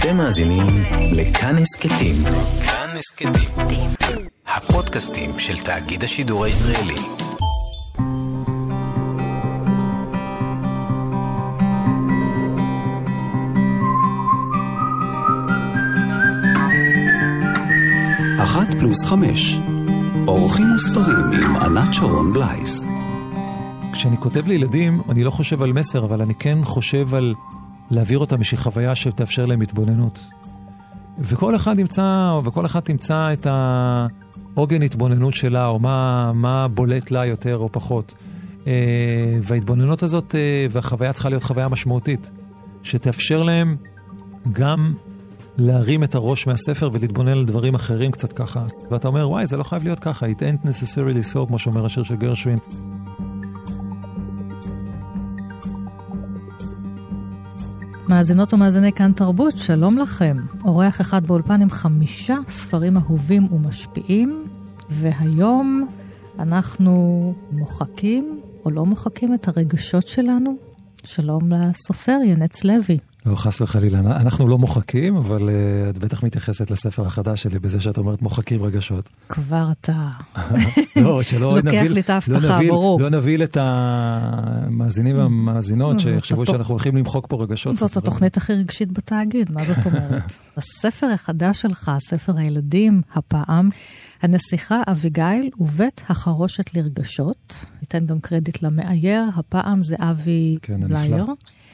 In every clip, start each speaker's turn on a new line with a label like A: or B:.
A: אתם מאזינים לכאן הסכתים. כאן הסכתים. הפודקאסטים של תאגיד השידור הישראלי. אחת פלוס 5. אורחים וספרים עם ענת שרון בלייס.
B: כשאני כותב לילדים, אני לא חושב על מסר, אבל אני כן חושב על להעביר אותם איזושהי חוויה שתאפשר להם התבוננות. וכל אחד תמצא את העוגן התבוננות שלה, או מה בולט לה יותר או פחות. וההתבוננות הזאת, והחוויה צריכה להיות חוויה משמעותית, שתאפשר להם גם להרים את הראש מהספר ולהתבונן על דברים אחרים קצת ככה. ואתה אומר, וואי, זה לא חייב להיות ככה. It ain't necessarily so, כמו שאומר השיר של גרשווין.
C: מאזינות ומאזיני כאן תרבות, שלום לכם. אורח אחד באולפן עם 5 ספרים אהובים ומשפיעים, והיום אנחנו מוחקים או לא מוחקים את הרגשות שלנו. שלום לסופר ינץ לוי.
B: לא, חס וחלילה, אנחנו לא מוחקים, אבל את בטח מתייחסת לספר החדש שלי בזה שאת אומרת מוחקים רגשות.
C: כבר אתה.
B: לא, שלא
C: לוקח לי את ההבטחה, ברור.
B: לא נביל את המאזינים והמאזינות שיחשבו שאנחנו הולכים למחוק פה רגשות.
C: זאת התוכנית הכי רגשית בתאגיד, מה זאת אומרת? הספר החדש שלך, ספר הילדים, הפעם, הנסיכה אביגיל ובית החרושת לרגשות. ניתן גם קרדיט למאייר, הפעם זה אבי בלייר.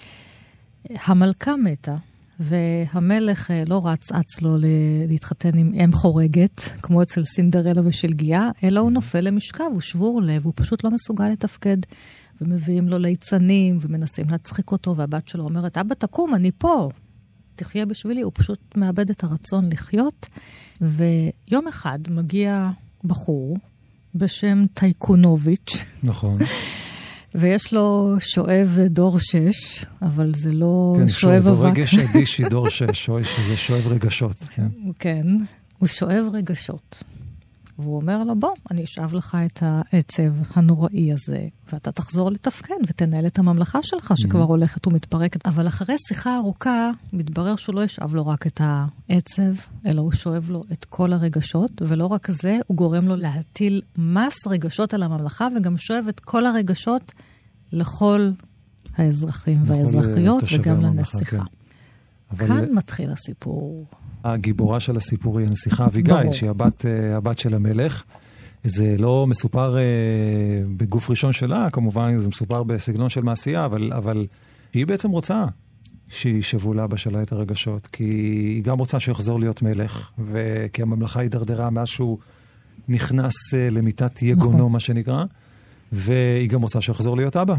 C: המלכה מתה, והמלך לא רץ לו להתחתן עם אם חורגת, כמו אצל סינדרלה ושלגיה, אלא הוא נופל למשכב, הוא שבור לב, הוא פשוט לא מסוגל לתפקד, ומביאים לו ליצנים, ומנסים להצחיק אותו, והבת שלו אומרת, אבא תקום, אני פה, תחיה בשבילי, הוא פשוט מאבד את הרצון לחיות, ויום אחד מגיע בחור, בשם טייקונוביץ',
B: נכון.
C: ויש לו שואב דור 6, אבל זה לא שואב אבק.
B: כן, רגש אדישי דור 6, או שזה שואב רגשות. כן.
C: כן, הוא שואב רגשות. והוא אומר לו, בוא, אני אשאב לך את העצב הנוראי הזה, ואתה תחזור לתפקד ותנהל את הממלכה שלך, שכבר הולכת ומתפרקת. אבל אחרי שיחה ארוכה, מתברר שהוא לא ישאב לו רק את העצב, אלא הוא שואב לו את כל הרגשות, ולא רק זה, הוא גורם לו להטיל מס רגשות על הממלכה, וגם שואב את כל הרגשות לכל האזרחים והאזרחיות, וגם לנסיכה. כאן מתחיל הסיפור.
B: הגיבורה של הסיפור היא הנסיכה אביגיל, שהיא הבת של המלך. זה לא מסופר בגוף ראשון שלה, כמובן זה מסופר בסגנון של מעשייה, אבל היא בעצם רוצה שישבו לאבא שלה את הרגשות, כי היא גם רוצה שיחזור להיות מלך, וכי הממלכה הידרדרה מאז שהוא נכנס למיטת יגונו, מה שנקרא, והיא גם רוצה שיחזור להיות אבא.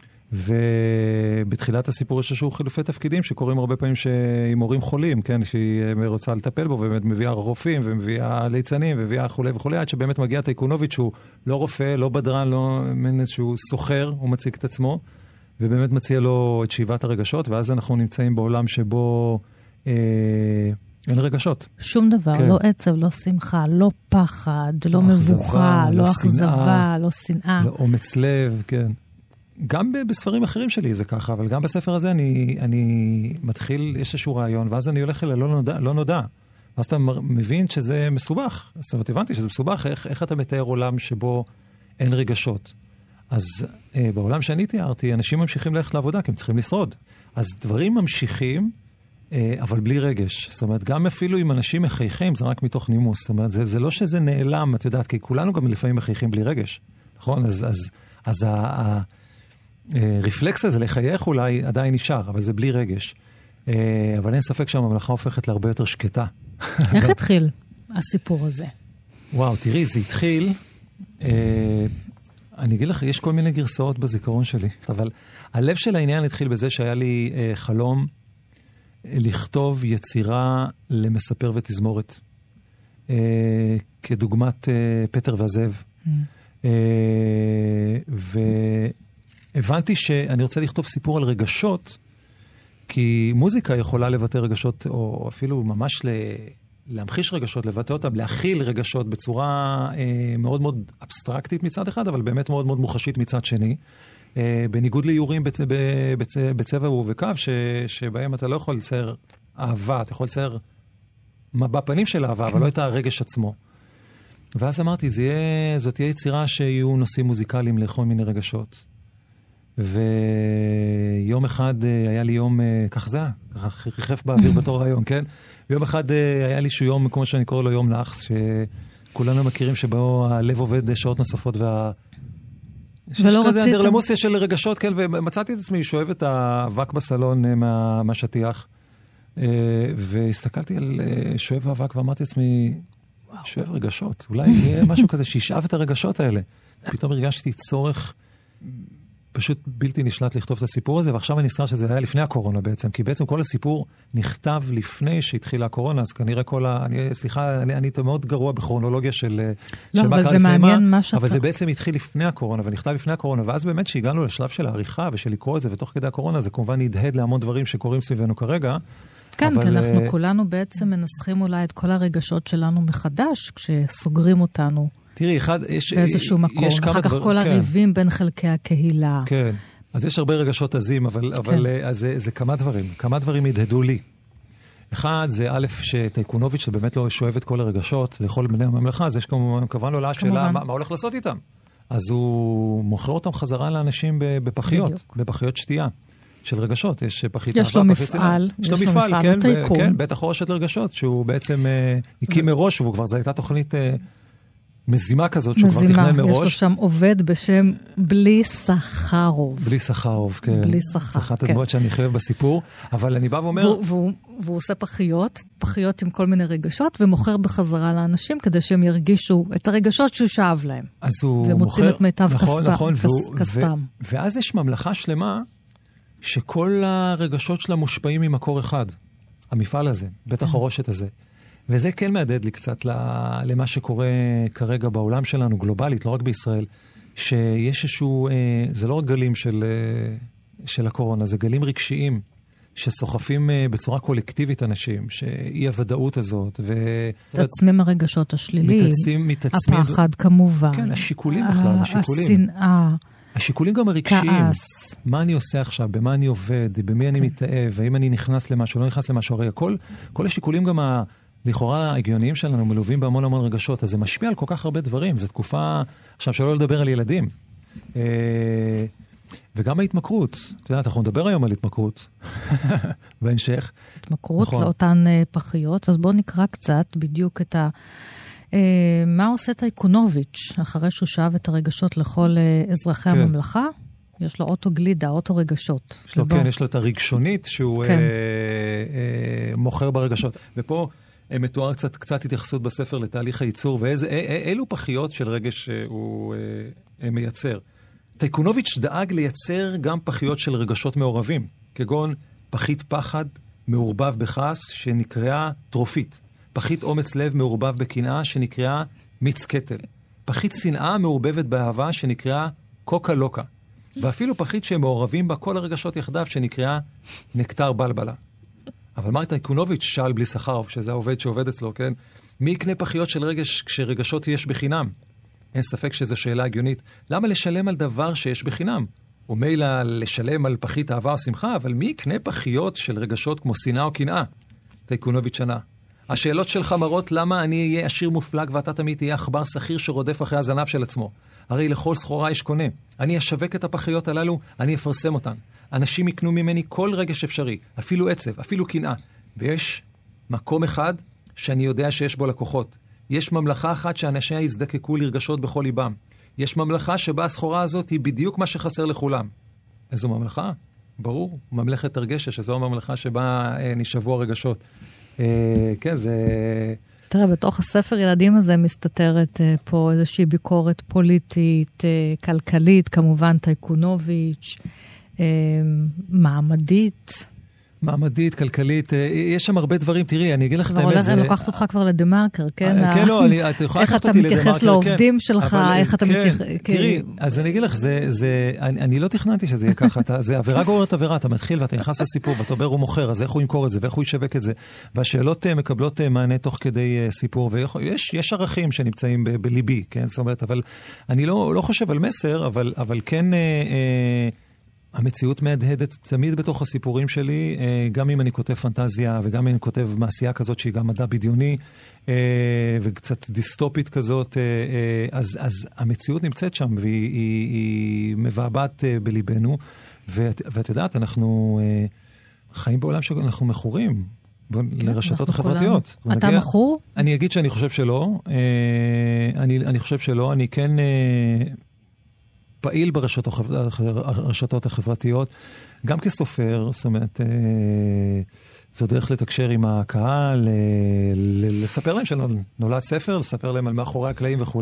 B: ובתחילת הסיפור יש איזשהו חילופי תפקידים שקורים הרבה פעמים עם הורים חולים, כן, שהיא רוצה לטפל בו, ובאמת מביאה רופאים ומביאה ליצנים ומביאה וכולי וכולי, עד שבאמת מגיע טייקונוביץ' שהוא לא רופא, לא בדרן, לא איזשהו סוחר, הוא מציג את עצמו, ובאמת מציע לו את שאיבת הרגשות, ואז אנחנו נמצאים בעולם שבו אין רגשות.
C: שום דבר, כן. לא עצב, לא שמחה, לא פחד, לא מבוכה, לא אכזבה, לא שנאה.
B: לא אומץ לב, כן. גם בספרים אחרים שלי זה ככה, אבל גם בספר הזה אני מתחיל, יש איזשהו רעיון, ואז אני הולך אל לא נודע. ואז אתה מבין שזה מסובך. זאת אומרת, הבנתי שזה מסובך, איך אתה מתאר עולם שבו אין רגשות. אז בעולם שאני תיארתי, אנשים ממשיכים ללכת לעבודה, כי הם צריכים לשרוד. אז דברים ממשיכים, אבל בלי רגש. זאת אומרת, גם אפילו אם אנשים מחייכים, זה רק מתוך נימוס. זאת אומרת, זה לא שזה נעלם, את יודעת, כי כולנו גם לפעמים מחייכים בלי רגש. נכון? אז רפלקס הזה לחייך אולי עדיין נשאר, אבל זה בלי רגש. אבל אין ספק שהממלכה הופכת להרבה יותר שקטה.
C: איך התחיל הסיפור הזה?
B: וואו, תראי, זה התחיל, אני אגיד לך, יש כל מיני גרסאות בזיכרון שלי, אבל הלב של העניין התחיל בזה שהיה לי חלום לכתוב יצירה למספר ותזמורת, כדוגמת פטר והזאב. הבנתי שאני רוצה לכתוב סיפור על רגשות, כי מוזיקה יכולה לבטא רגשות, או אפילו ממש להמחיש רגשות, לבטא אותם, להכיל רגשות בצורה מאוד מאוד אבסטרקטית מצד אחד, אבל באמת מאוד מאוד מוחשית מצד שני. בניגוד לאיורים בצבע ובקו, שבהם אתה לא יכול לצייר אהבה, אתה יכול לצייר בפנים של אהבה, אבל לא את הרגש עצמו. ואז אמרתי, זאת תהיה יצירה שיהיו נושאים מוזיקליים לכל מיני רגשות. ויום אחד היה לי יום, כך זה היה, ריחף באוויר בתור רעיון, כן? ויום אחד היה לי שהוא יום, כמו שאני קורא לו יום לחס, שכולנו מכירים שבו הלב עובד שעות נוספות
C: ולא
B: כזה
C: רציתם.
B: אנדרלמוסיה של רגשות, כן, ומצאתי את עצמי, שואב את האבק בסלון מהשטיח, והסתכלתי על שואב האבק ואמרתי לעצמי, שואב רגשות, אולי יהיה משהו כזה שישאב את הרגשות האלה. פתאום הרגשתי צורך פשוט בלתי נשלט לכתוב את הסיפור הזה, ועכשיו אני נזכר שזה היה לפני הקורונה בעצם, כי בעצם כל הסיפור נכתב לפני שהתחילה הקורונה, אז כנראה סליחה, אני מאוד גרוע בכרונולוגיה של
C: לא, אבל זה מעניין מה שאתה...
B: אבל זה בעצם התחיל לפני הקורונה, ונכתב לפני הקורונה, ואז באמת שהגענו לשלב של העריכה ושל לקרוא את זה, ותוך כדי הקורונה, זה כמובן נדהד להמון דברים שקורים סביבנו כרגע.
C: כן, כי אנחנו כולנו בעצם מנסחים אולי את כל הרגשות שלנו מחדש, כשסוגרים אותנו.
B: תראי,
C: באיזשהו מקום. אחר כך כל הריבים בין חלקי הקהילה.
B: כן. אז יש הרבה רגשות עזים, אבל זה כמה דברים ידהדו לי. אחד, זה א', שטייקונוביץ' זה באמת לא שואב את כל הרגשות לכל בני הממלכה, אז יש כמובן עולה השאלה, מה הולך לעשות איתם? אז הוא מוכר אותם חזרה לאנשים בפחיות שתייה. של רגשות, יש פחית אהבה,
C: יש לו מפעל,
B: יש לו מפעל, כן, בית החורשת לרגשות, שהוא בעצם הקים מראש, והוא כבר, זו הייתה תוכנית מזימה כזאת, שהוא כבר תכנן מראש.
C: יש לו שם עובד בשם בלי סחרוב.
B: בלי סחרוב, כן.
C: בלי סחר,
B: כן. אחת הדמות שאני חייב בסיפור, אבל אני בא ואומר...
C: והוא עושה פחיות עם כל מיני רגשות, ומוכר בחזרה לאנשים, כדי שהם ירגישו את הרגשות שהוא שאב להם.
B: אז הוא מוכר...
C: ומוצאים את מיטב כספם.
B: ואז יש ממלכה שלמה, שכל הרגשות שלה מושפעים ממקור אחד. המפעל הזה, בית החורשת הזה. וזה כן מעדד לי קצת למה שקורה כרגע בעולם שלנו, גלובלית, לא רק בישראל, שיש איזשהו, זה לא רק גלים של הקורונה, זה גלים רגשיים, שסוחפים בצורה קולקטיבית אנשים, שאי הוודאות הזאת,
C: מתעצמים הרגשות השליליים,
B: מתעצמים,
C: הפחד כמובן.
B: כן, השיקולים בכלל, השיקולים.
C: השנאה.
B: השיקולים גם הרגשיים.
C: כעס.
B: מה אני עושה עכשיו, במה אני עובד, במי אני מתאהב, האם אני נכנס למשהו, לא נכנס למשהו. הרי כל השיקולים גם לכאורה ההגיוניים שלנו מלווים בהמון המון רגשות, אז זה משפיע על כל כך הרבה דברים. זו תקופה, עכשיו שלא לדבר על ילדים. וגם ההתמכרות. אתה יודע, אנחנו נדבר היום על התמכרות. בהמשך.
C: התמכרות נכון. לאותן פחיות, אז בואו נקרא קצת בדיוק את מה עושה טייקונוביץ' אחרי שהוא שאב את הרגשות לכל אזרחי
B: כן.
C: הממלכה? יש לו אוטו גלידה, אוטו רגשות.
B: כן, יש לו את הרגשונית שהוא כן. מוכר ברגשות. ופה מתואר קצת התייחסות בספר לתהליך הייצור, ואילו פחיות של רגש שהוא מייצר. טייקונוביץ' דאג לייצר גם פחיות של רגשות מעורבים, כגון פחית פחד מעורבב בכעס שנקראה טרופית. פחית אומץ לב מעורבב בקנאה שנקראה מיץ קטל. פחית שנאה מעורבבת באהבה שנקראה קוקה לוקה. ואפילו פחית שהם מעורבים בה כל הרגשות יחדיו שנקראה נקטר בלבלה. אבל מר טייקונוביץ' שאל בלי סחרוב, שזה העובד שעובד אצלו, כן? מי יקנה פחיות של רגש כשרגשות יש בחינם? אין ספק שזו שאלה הגיונית. למה לשלם על דבר שיש בחינם? ומילא לשלם על פחית אהבה או שמחה, אבל מי יקנה פחיות של רגשות כמו שנאה או קנאה? טייקונוביץ' ענה. השאלות שלך מראות למה אני אהיה עשיר מופלג ואתה תמיד תהיה עכבר שכיר שרודף אחרי הזנב של עצמו. הרי לכל סחורה יש קונה. אני אשווק את הפחיות הללו, אני אפרסם אותן. אנשים יקנו ממני כל רגש אפשרי, אפילו עצב, אפילו קנאה. ויש מקום אחד שאני יודע שיש בו לקוחות. יש ממלכה אחת שאנשיה יזדקקו לרגשות בכל ליבם. יש ממלכה שבה הסחורה הזאת היא בדיוק מה שחסר לכולם. איזו ממלכה? ברור, ממלכת תרגשש, שזו הממלכה שבה נשאבו הרגשות. כן, זה...
C: תראה, בתוך הספר ילדים הזה מסתתרת פה איזושהי ביקורת פוליטית, כלכלית, כמובן טייקונוביץ', מעמדית,
B: כלכלית, יש שם הרבה דברים, תראי, אני אגיד לך את האמת.
C: אני לוקחת אותך כבר לדמרקר, כן?
B: כן, לא, את יכולה לקחת אותי לדמרקר.
C: איך אתה מתייחס לעובדים שלך, איך אתה מתייחס...
B: תראי, אז אני אגיד לך, אני לא תכננתי שזה יהיה ככה, זה עבירה גוררת עבירה, אתה מתחיל ואתה נכנס לסיפור, ואתה אומר הוא מוכר, אז איך הוא ימכור את זה, ואיך הוא ישווק את זה, והשאלות מקבלות מענה תוך כדי סיפור, ויש ערכים שנמצאים בליבי, כן? זאת אומרת, אבל אני לא חושב על מסר, אבל כן... המציאות מהדהדת תמיד בתוך הסיפורים שלי, גם אם אני כותב פנטזיה, וגם אם אני כותב מעשייה כזאת שהיא גם מדע בדיוני, וקצת דיסטופית כזאת, אז המציאות נמצאת שם, והיא מבעבעת בליבנו, ואת יודעת, אנחנו חיים בעולם שאנחנו מכורים, לרשתות החברתיות.
C: אתה מכור?
B: אני אגיד שאני חושב שלא, אני חושב שלא, אני כן פעיל ברשתות החברתיות, גם כסופר, זאת אומרת, זו דרך לתקשר עם הקהל, לספר להם שנולד ספר, לספר להם על מאחורי הקלעים וכו',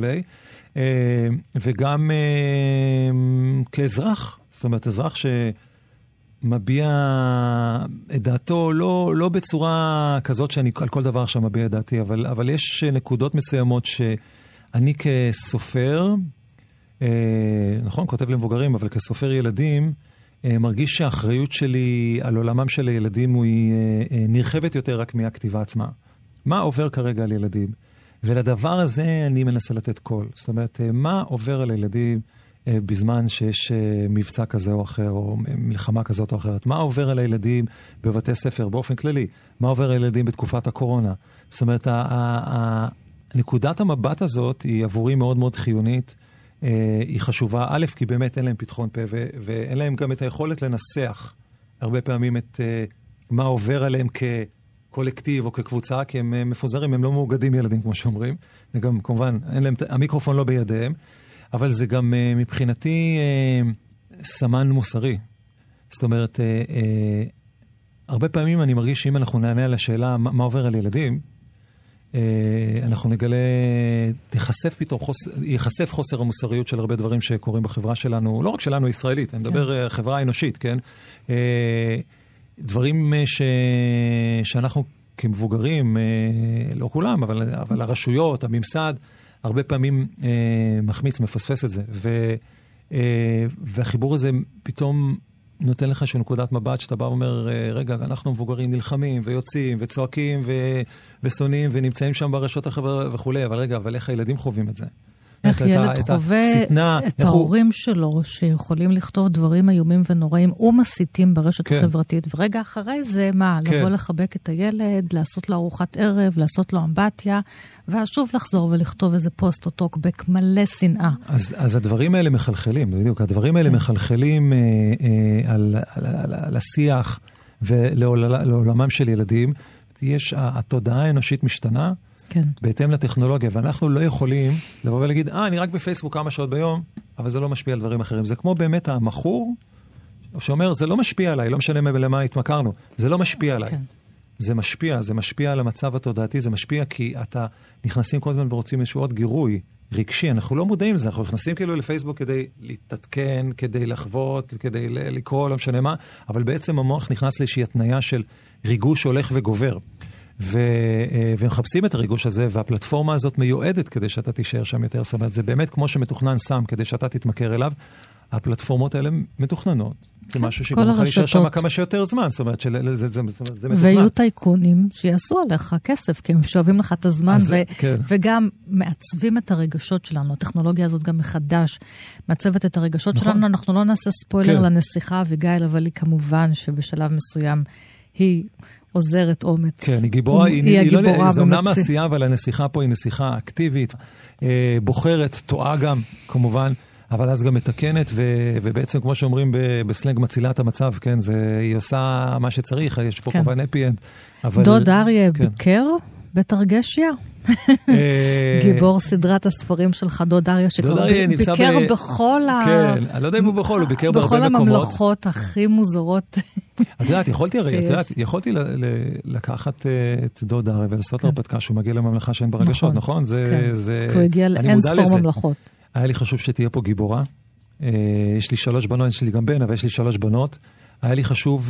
B: וגם כאזרח, זאת אומרת, אזרח שמביע את דעתו, לא בצורה כזאת שאני על כל דבר עכשיו מביע את דעתי, אבל יש נקודות מסוימות שאני כסופר, נכון, כותב למבוגרים, אבל כסופר ילדים, מרגיש שהאחריות שלי על עולמם של הילדים היא נרחבת יותר רק מהכתיבה עצמה. מה עובר כרגע על ילדים? ולדבר הזה אני מנסה לתת קול. זאת אומרת, מה עובר על הילדים בזמן שיש מבצע כזה או אחר, או מלחמה כזאת או אחרת? מה עובר על הילדים בבתי ספר באופן כללי? מה עובר על הילדים בתקופת הקורונה? זאת אומרת, נקודת המבט הזאת היא עבורי מאוד מאוד חיונית, היא חשובה, א', כי באמת אין להם פתחון פה, ואין להם גם את היכולת לנסח הרבה פעמים את מה עובר עליהם כקולקטיב או כקבוצה, כי הם מפוזרים, הם לא מאוגדים ילדים, כמו שאומרים, וגם כמובן, אין להם, המיקרופון לא בידיהם, אבל זה גם מבחינתי סמן מוסרי. זאת אומרת, הרבה פעמים אני מרגיש שאם אנחנו נענה על השאלה מה עובר על ילדים, אנחנו נגלה, ייחשף חוסר המוסריות של הרבה דברים שקורים בחברה שלנו, לא רק שלנו ישראלית, אני מדבר חברה אנושית, כן? דברים שאנחנו כמבוגרים, לא כולם, אבל הרשויות, הממסד, הרבה פעמים מחמיץ, מפספס את זה. והחיבור הזה פתאום נותן לך איזושהי נקודת מבט שאתה בא ואומר, רגע, אנחנו מבוגרים נלחמים ויוצאים וצועקים ושונאים ונמצאים שם ברשות החברה וכו', אבל רגע, אבל איך הילדים חווים את זה?
C: איך ילד חווה את ההורים שלו שיכולים לכתוב דברים איומים ונוראים ומסיתים ברשת החברתית, ורגע אחרי זה מה? לבוא לחבק את הילד, לעשות לו ארוחת ערב, לעשות לו אמבטיה, ואז שוב לחזור ולכתוב איזה פוסט או טוקבק מלא שנאה. אז
B: הדברים האלה מחלחלים, בדיוק, הדברים האלה מחלחלים על השיח ולעולמם של ילדים. יש, התודעה האנושית משתנה, כן. בהתאם לטכנולוגיה, ואנחנו לא יכולים לבוא ולהגיד, אני רק בפייסבוק כמה שעות ביום, אבל זה לא משפיע על דברים אחרים. זה כמו באמת המכור, שאומר, זה לא משפיע עליי, לא משנה למה התמכרנו, זה לא משפיע עליי. כן. זה משפיע על המצב התודעתי, זה משפיע כי אתה נכנסים כל הזמן ורוצים איזשהו עוד גירוי רגשי, אנחנו לא מודעים לזה, אנחנו נכנסים כאילו לפייסבוק כדי להתעדכן, כדי לחוות, כדי לקרוא, לא משנה מה, אבל בעצם המוח נכנס לאיזושהי התניה של ריגוש הולך וגובר. ומחפשים את הריגוש הזה, והפלטפורמה הזאת מיועדת כדי שאתה תישאר שם יותר. זאת אומרת, זה באמת כמו שמתוכנן סם כדי שאתה תתמכר אליו, הפלטפורמות האלה מתוכננות. זה משהו שגורם לך להישאר שם כמה שיותר זמן. זאת אומרת, זה מתוכנן.
C: ויהיו טייקונים שיעשו עליך כסף, כי הם שואבים לך את הזמן, וגם מעצבים את הרגשות שלנו. הטכנולוגיה הזאת גם מחדש מעצבת את הרגשות שלנו. אנחנו לא נעשה ספוילר לנסיכה אביגיל, אבל היא כמובן שבשלב מסוים היא עוזרת אומץ.
B: כן, היא גיבורה, היא גיבורה. זה אומנם מעשייה, אבל הנסיכה פה היא נסיכה אקטיבית, בוחרת, טועה גם, כמובן, אבל אז גם מתקנת, ובעצם, כמו שאומרים בסלנג, מצילה את המצב, כן, היא עושה מה שצריך, יש פה כמובן אפי-אנד.
C: דוד אריה ביקר בתרגשיה? גיבור סדרת הספרים שלך, דוד אריה, שכבר ביקר בכל
B: כן, אני לא יודע אם הוא בכל, הוא ביקר בהרבה מקומות.
C: בכל הממלכות הכי מוזרות.
B: את יודעת, יכולתי לקחת את דוד אריה ולעשות הרפתקה שהוא מגיע לממלכה שאין ברגשות, נכון?
C: הוא הגיע לאין ספור ממלכות.
B: היה לי חשוב שתהיה פה גיבורה. יש לי 3 בנות, יש לי גם בן, אבל יש לי 3 בנות. היה לי חשוב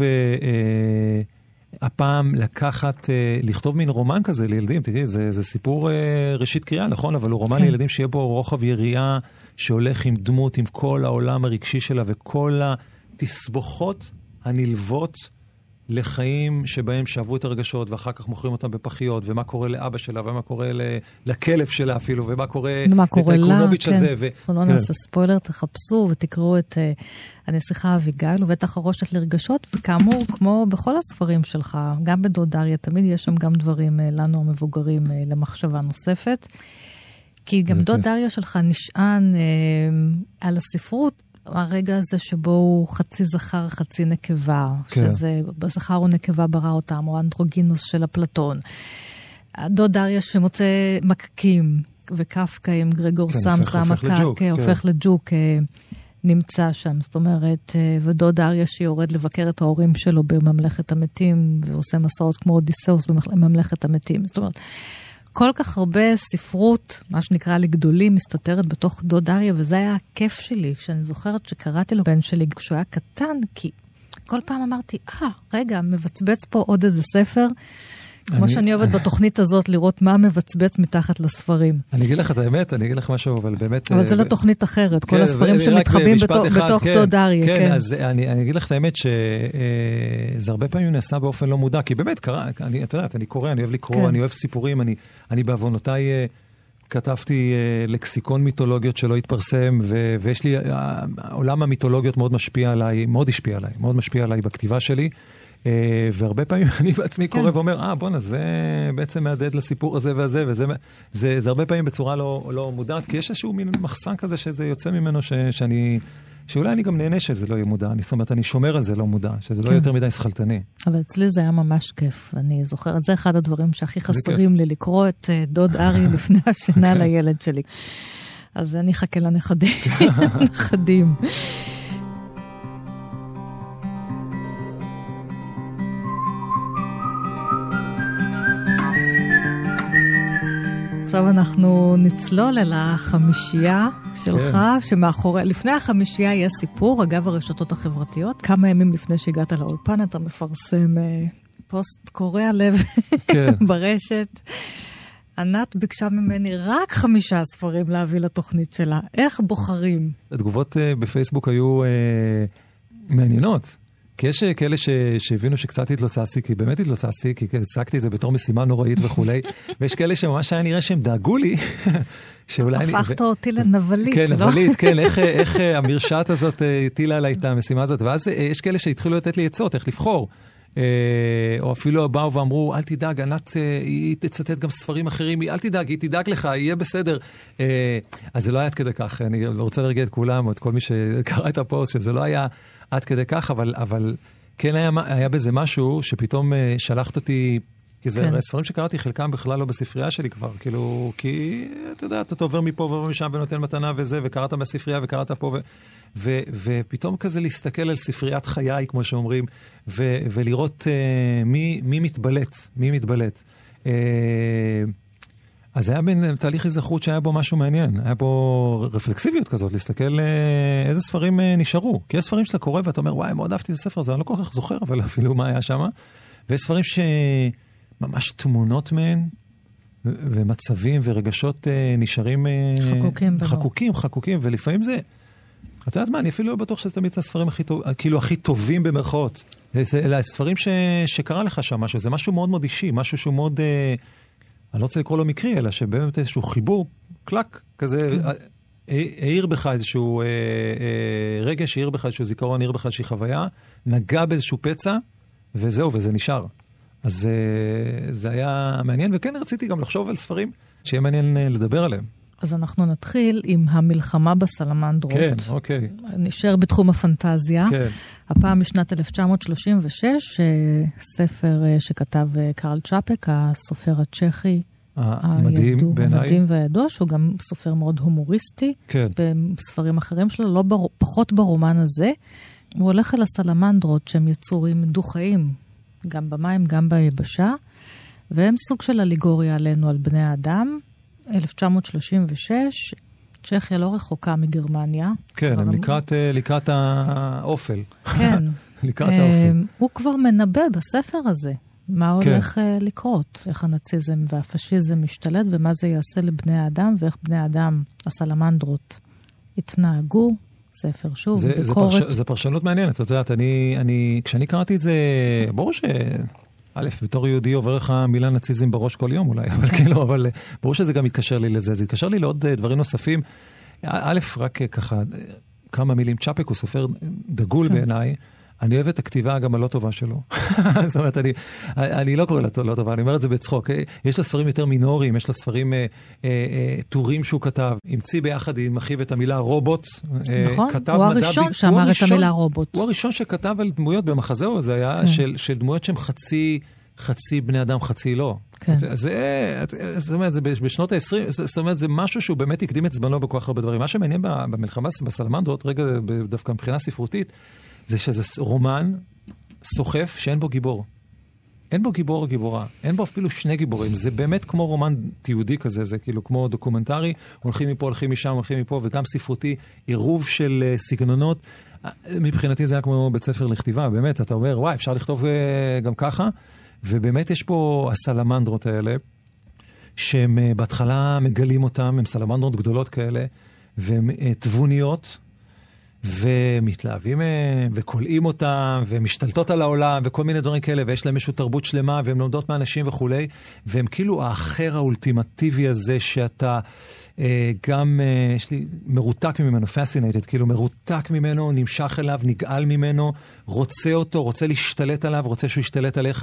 B: הפעם לכתוב מין רומן כזה לילדים. תראי, זה סיפור ראשית קריאה, נכון? אבל הוא רומן לילדים שיהיה בו רוחב יריעה, שהולך עם דמות, עם כל העולם הרגשי שלה, וכל התסבוכות הנלוות לחיים שבהם שאבו את הרגשות, ואחר כך מוכרים אותם בפחיות, ומה קורה לאבא שלה, ומה קורה לכלב שלה אפילו, ומה קורה את היקונוביץ' הזה.
C: אנחנו לא נעשה ספוילר, תחפשו ותקראו את הנסיכה אביגיל, ובית החרושת לרגשות, וכאמור, כמו בכל הספרים שלך, גם בדוד דריה, תמיד יש שם גם דברים לנו המבוגרים למחשבה נוספת. כי גם דוד דריה שלך נשען על הספרות, הרגע הזה שבו הוא חצי זכר, חצי נקבה, שזה בזכר הוא נקבה ברא אותם, או אנדרוגינוס של אפלטון. דוד דריה שמוצא מקקים וקפקא עם גרגור סמסה, מקק, הופך לג'וק, נמצא שם. זאת אומרת, ודוד דריה שיורד לבקר את ההורים שלו בממלכת המתים, ועושה מסעות כמו אודיסאוס בממלכת המתים. זאת אומרת, כל כך הרבה ספרות, מה שנקרא לגדולים, מסתתרת בתוך דוד דריה, וזה היה הכיף שלי, כשאני זוכרת שקראתי לו בן שלי כשהוא היה קטן, כי כל פעם אמרתי, רגע, מבצבץ פה עוד איזה ספר, כמו שאני אוהבת בתוכנית הזאת, לראות מה מבצבץ מתחת לספרים.
B: אני אגיד לך את האמת, אני אגיד לך משהו, אבל באמת...
C: אבל זה לא תוכנית אחרת, כל הספרים שמתחבאים בתוך דוד דריה.
B: כן, אז אני אגיד לך את האמת, שזה הרבה פעמים נעשה באופן לא מודע, כי באמת קרה, את יודעת, אני קורא, אני אוהב לקרוא, אני אוהב סיפורים, אני בעוונותיי כתבתי לקסיקון מיתולוגיות שלא התפרסם, ויש לי, עולם המיתולוגיות מאוד משפיע עליי, מאוד משפיע עליי בכתיבה שלי, והרבה פעמים אני בעצמי קורא ואומר, בוא'נה, זה בעצם מעדד לסיפור הזה והזה, וזה הרבה פעמים בצורה לא מודעת, כי יש איזשהו מין מחסן כזה שזה יוצא ממנו שאולי אני גם נהנה שזה לא יהיה מודע, זאת אומרת, אני שומר על זה לא מודע, שזה לא יותר מדי שכלתני.
C: אבל אצלי זה היה ממש כיף, אני זוכרת, זה אחד הדברים שהכי חסרים לי, לקרוא את דוד ארי לפני השינה לילד שלי. אז אני אחכה לנכדים. עכשיו אנחנו נצלול אל החמישייה שלך, שמאחורי, לפני החמישייה יש סיפור, אגב הרשתות החברתיות. כמה ימים לפני שהגעת לאולפן, אתה מפרסם פוסט קורע לב ברשת. ענת ביקשה ממני רק 5 ספרים להביא לתוכנית שלה. איך בוחרים?
B: התגובות בפייסבוק היו מעניינות. כי יש כאלה שהבינו שקצת התלוצצתי, כי באמת התלוצצתי, כי הצגתי את זה בתור משימה נוראית וכולי, ויש כאלה שממש היה נראה שהם דאגו לי,
C: הפכת אותי לנבלית,
B: כן, נבלית, כן, איך המרשעת הזאת הטילה עליי את המשימה הזאת, ואז יש כאלה שהתחילו לתת לי עצות, איך לבחור, או אפילו באו ואמרו, אל תדאג, ענת, היא תצטט גם ספרים אחרים, אל תדאג, היא תדאג לך, יהיה בסדר. אז זה לא היה עד כדי כך, אני לא רוצה להרגיע את כולם, או את כל מי שקרא את הפוסט, שזה לא היה עד כדי כך, אבל כן היה בזה משהו שפתאום שלחת אותי, כי זה ספרים שקראתי, חלקם בכלל לא בספרייה שלי כבר, כאילו, כי אתה יודע, אתה עובר מפה ועובר משם ונותן מתנה וזה, וקראת בספרייה וקראת פה, ופתאום כזה להסתכל על ספריית חיי, כמו שאומרים, ולראות מי מתבלט. אז היה בין תהליך הזכרות שהיה בו משהו מעניין, היה בו רפלקסיביות כזאת, להסתכל איזה ספרים נשארו, כי יש ספרים שאתה קורא ואתה אומר, וואי, מאוד אהבתי את הספר הזה, אני לא כל כך זוכר, אבל אפילו מה היה שם, ויש ספרים שממש תמונות מהן, ומצבים ורגשות נשארים חקוקים, ולפעמים זה, אתה יודעת מה, אני אפילו לא בטוח שזה תמיד הספרים הכי טובים במרכאות, אלא ספרים שקרה לך שם משהו, זה משהו מאוד מאוד אישי, משהו שהוא מאוד, אני לא רוצה לקרוא לו מקרי, אלא שבאמת איזשהו חיבור, קלק, כזה, העיר בך איזשהו רגש, העיר בך איזשהו זיכרון, העיר בך איזושהי חוויה, נגע באיזשהו פצע, וזהו, וזה נשאר. אז זה היה מעניין, וכן רציתי גם לחשוב על ספרים שיהיה מעניין לדבר עליהם.
C: אז אנחנו נתחיל עם המלחמה בסלמנדרות.
B: כן, אוקיי.
C: נשאר בתחום הפנטזיה. כן. הפעם משנת 1936, ספר שכתב קרל צ'אפק, הסופר הצ'כי.
B: המדהים בעיניי.
C: המדהים והידוע, שהוא גם סופר מאוד הומוריסטי. כן. בספרים אחרים שלו, לא פחות ברומן הזה. הוא הולך אל הסלמנדרות, שהם יצורים דו-חיים, גם במים, גם ביבשה, והם סוג של אליגוריה עלינו על בני האדם. 1936, צ'כיה לא רחוקה מגרמניה.
B: כן, הם לקראת האופל.
C: כן.
B: לקראת האופל.
C: הוא כבר מנבא בספר הזה, מה הולך לקרות, איך הנאציזם והפשיזם משתלט, ומה זה יעשה לבני האדם, ואיך בני האדם, הסלמנדרות, התנהגו. ספר, שוב, ביקורת.
B: זה פרשנות מעניינת, את יודעת, כשאני קראתי את זה, ברור א', בתור יהודי עובר לך מילה נאציזם בראש כל יום אולי, אבל ברור שזה גם מתקשר לי לזה, זה התקשר לי לעוד דברים נוספים. א', רק ככה, כמה מילים, צ'אפק הוא סופר דגול בעיניי, אני אוהב את הכתיבה גם הלא טובה שלו. זאת אומרת, אני לא קורא לה לא טובה, אני אומר את זה בצחוק. יש לה ספרים יותר מינוריים, יש לה ספרים טורים שהוא כתב, המציא ביחד עם אחיו את המילה רובוט.
C: נכון, הוא הראשון שאמר את המילה רובוט.
B: הוא הראשון שכתב על דמויות במחזהו, זה היה של דמויות שהן חצי בני אדם, חצי לא. זאת אומרת, זה בשנות ה-20, זאת אומרת, זה משהו שהוא באמת הקדים את זמנו בכוח הרבה דברים. מה שמעניין במלחמה בסלמנדרות, רגע דווקא מבחינה ספרותית, זה שזה רומן סוחף שאין בו גיבור. אין בו גיבור או גיבורה. אין בו אפילו שני גיבורים. זה באמת כמו רומן תיעודי כזה, זה כאילו כמו דוקומנטרי, הולכים מפה, הולכים משם, הולכים מפה, וגם ספרותי, עירוב של סגנונות. מבחינתי זה היה כמו בית ספר לכתיבה, באמת, אתה אומר, וואי, אפשר לכתוב גם ככה, ובאמת יש פה הסלמנדרות האלה, שהם בהתחלה מגלים אותם, הם סלמנדרות גדולות כאלה, והן תבוניות, ומתלהבים וקולעים אותם, ומשתלטות על העולם, וכל מיני דברים כאלה, ויש להם איזושהי תרבות שלמה, והם לומדות מאנשים וכולי, והם כאילו האחר האולטימטיבי הזה, שאתה גם, יש לי מרותק ממנו, fascinated, כאילו מרותק ממנו, נמשך אליו, נגעל ממנו, רוצה אותו, רוצה להשתלט עליו, רוצה שהוא ישתלט עליך,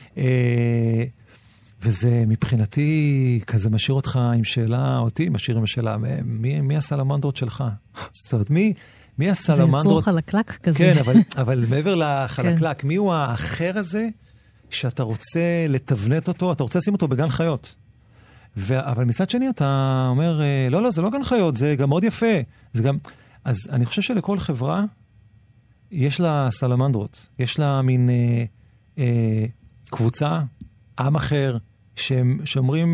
B: וזה מבחינתי כזה משאיר אותך עם שאלה, אותי משאיר עם השאלה, מי הסלמנדרות שלך? זאת אומרת, מי הסלמנדרות?
C: זה יצור חלקלק כזה.
B: כן, אבל מעבר לחלקלק, מי הוא האחר הזה שאתה רוצה לתבנת אותו, אתה רוצה לשים אותו בגן חיות. אבל מצד שני אתה אומר, לא, זה לא גן חיות, זה גם מאוד יפה. אז אני חושב שלכל חברה יש לה סלמנדרות, יש לה מין קבוצה, עם אחר, שאומרים,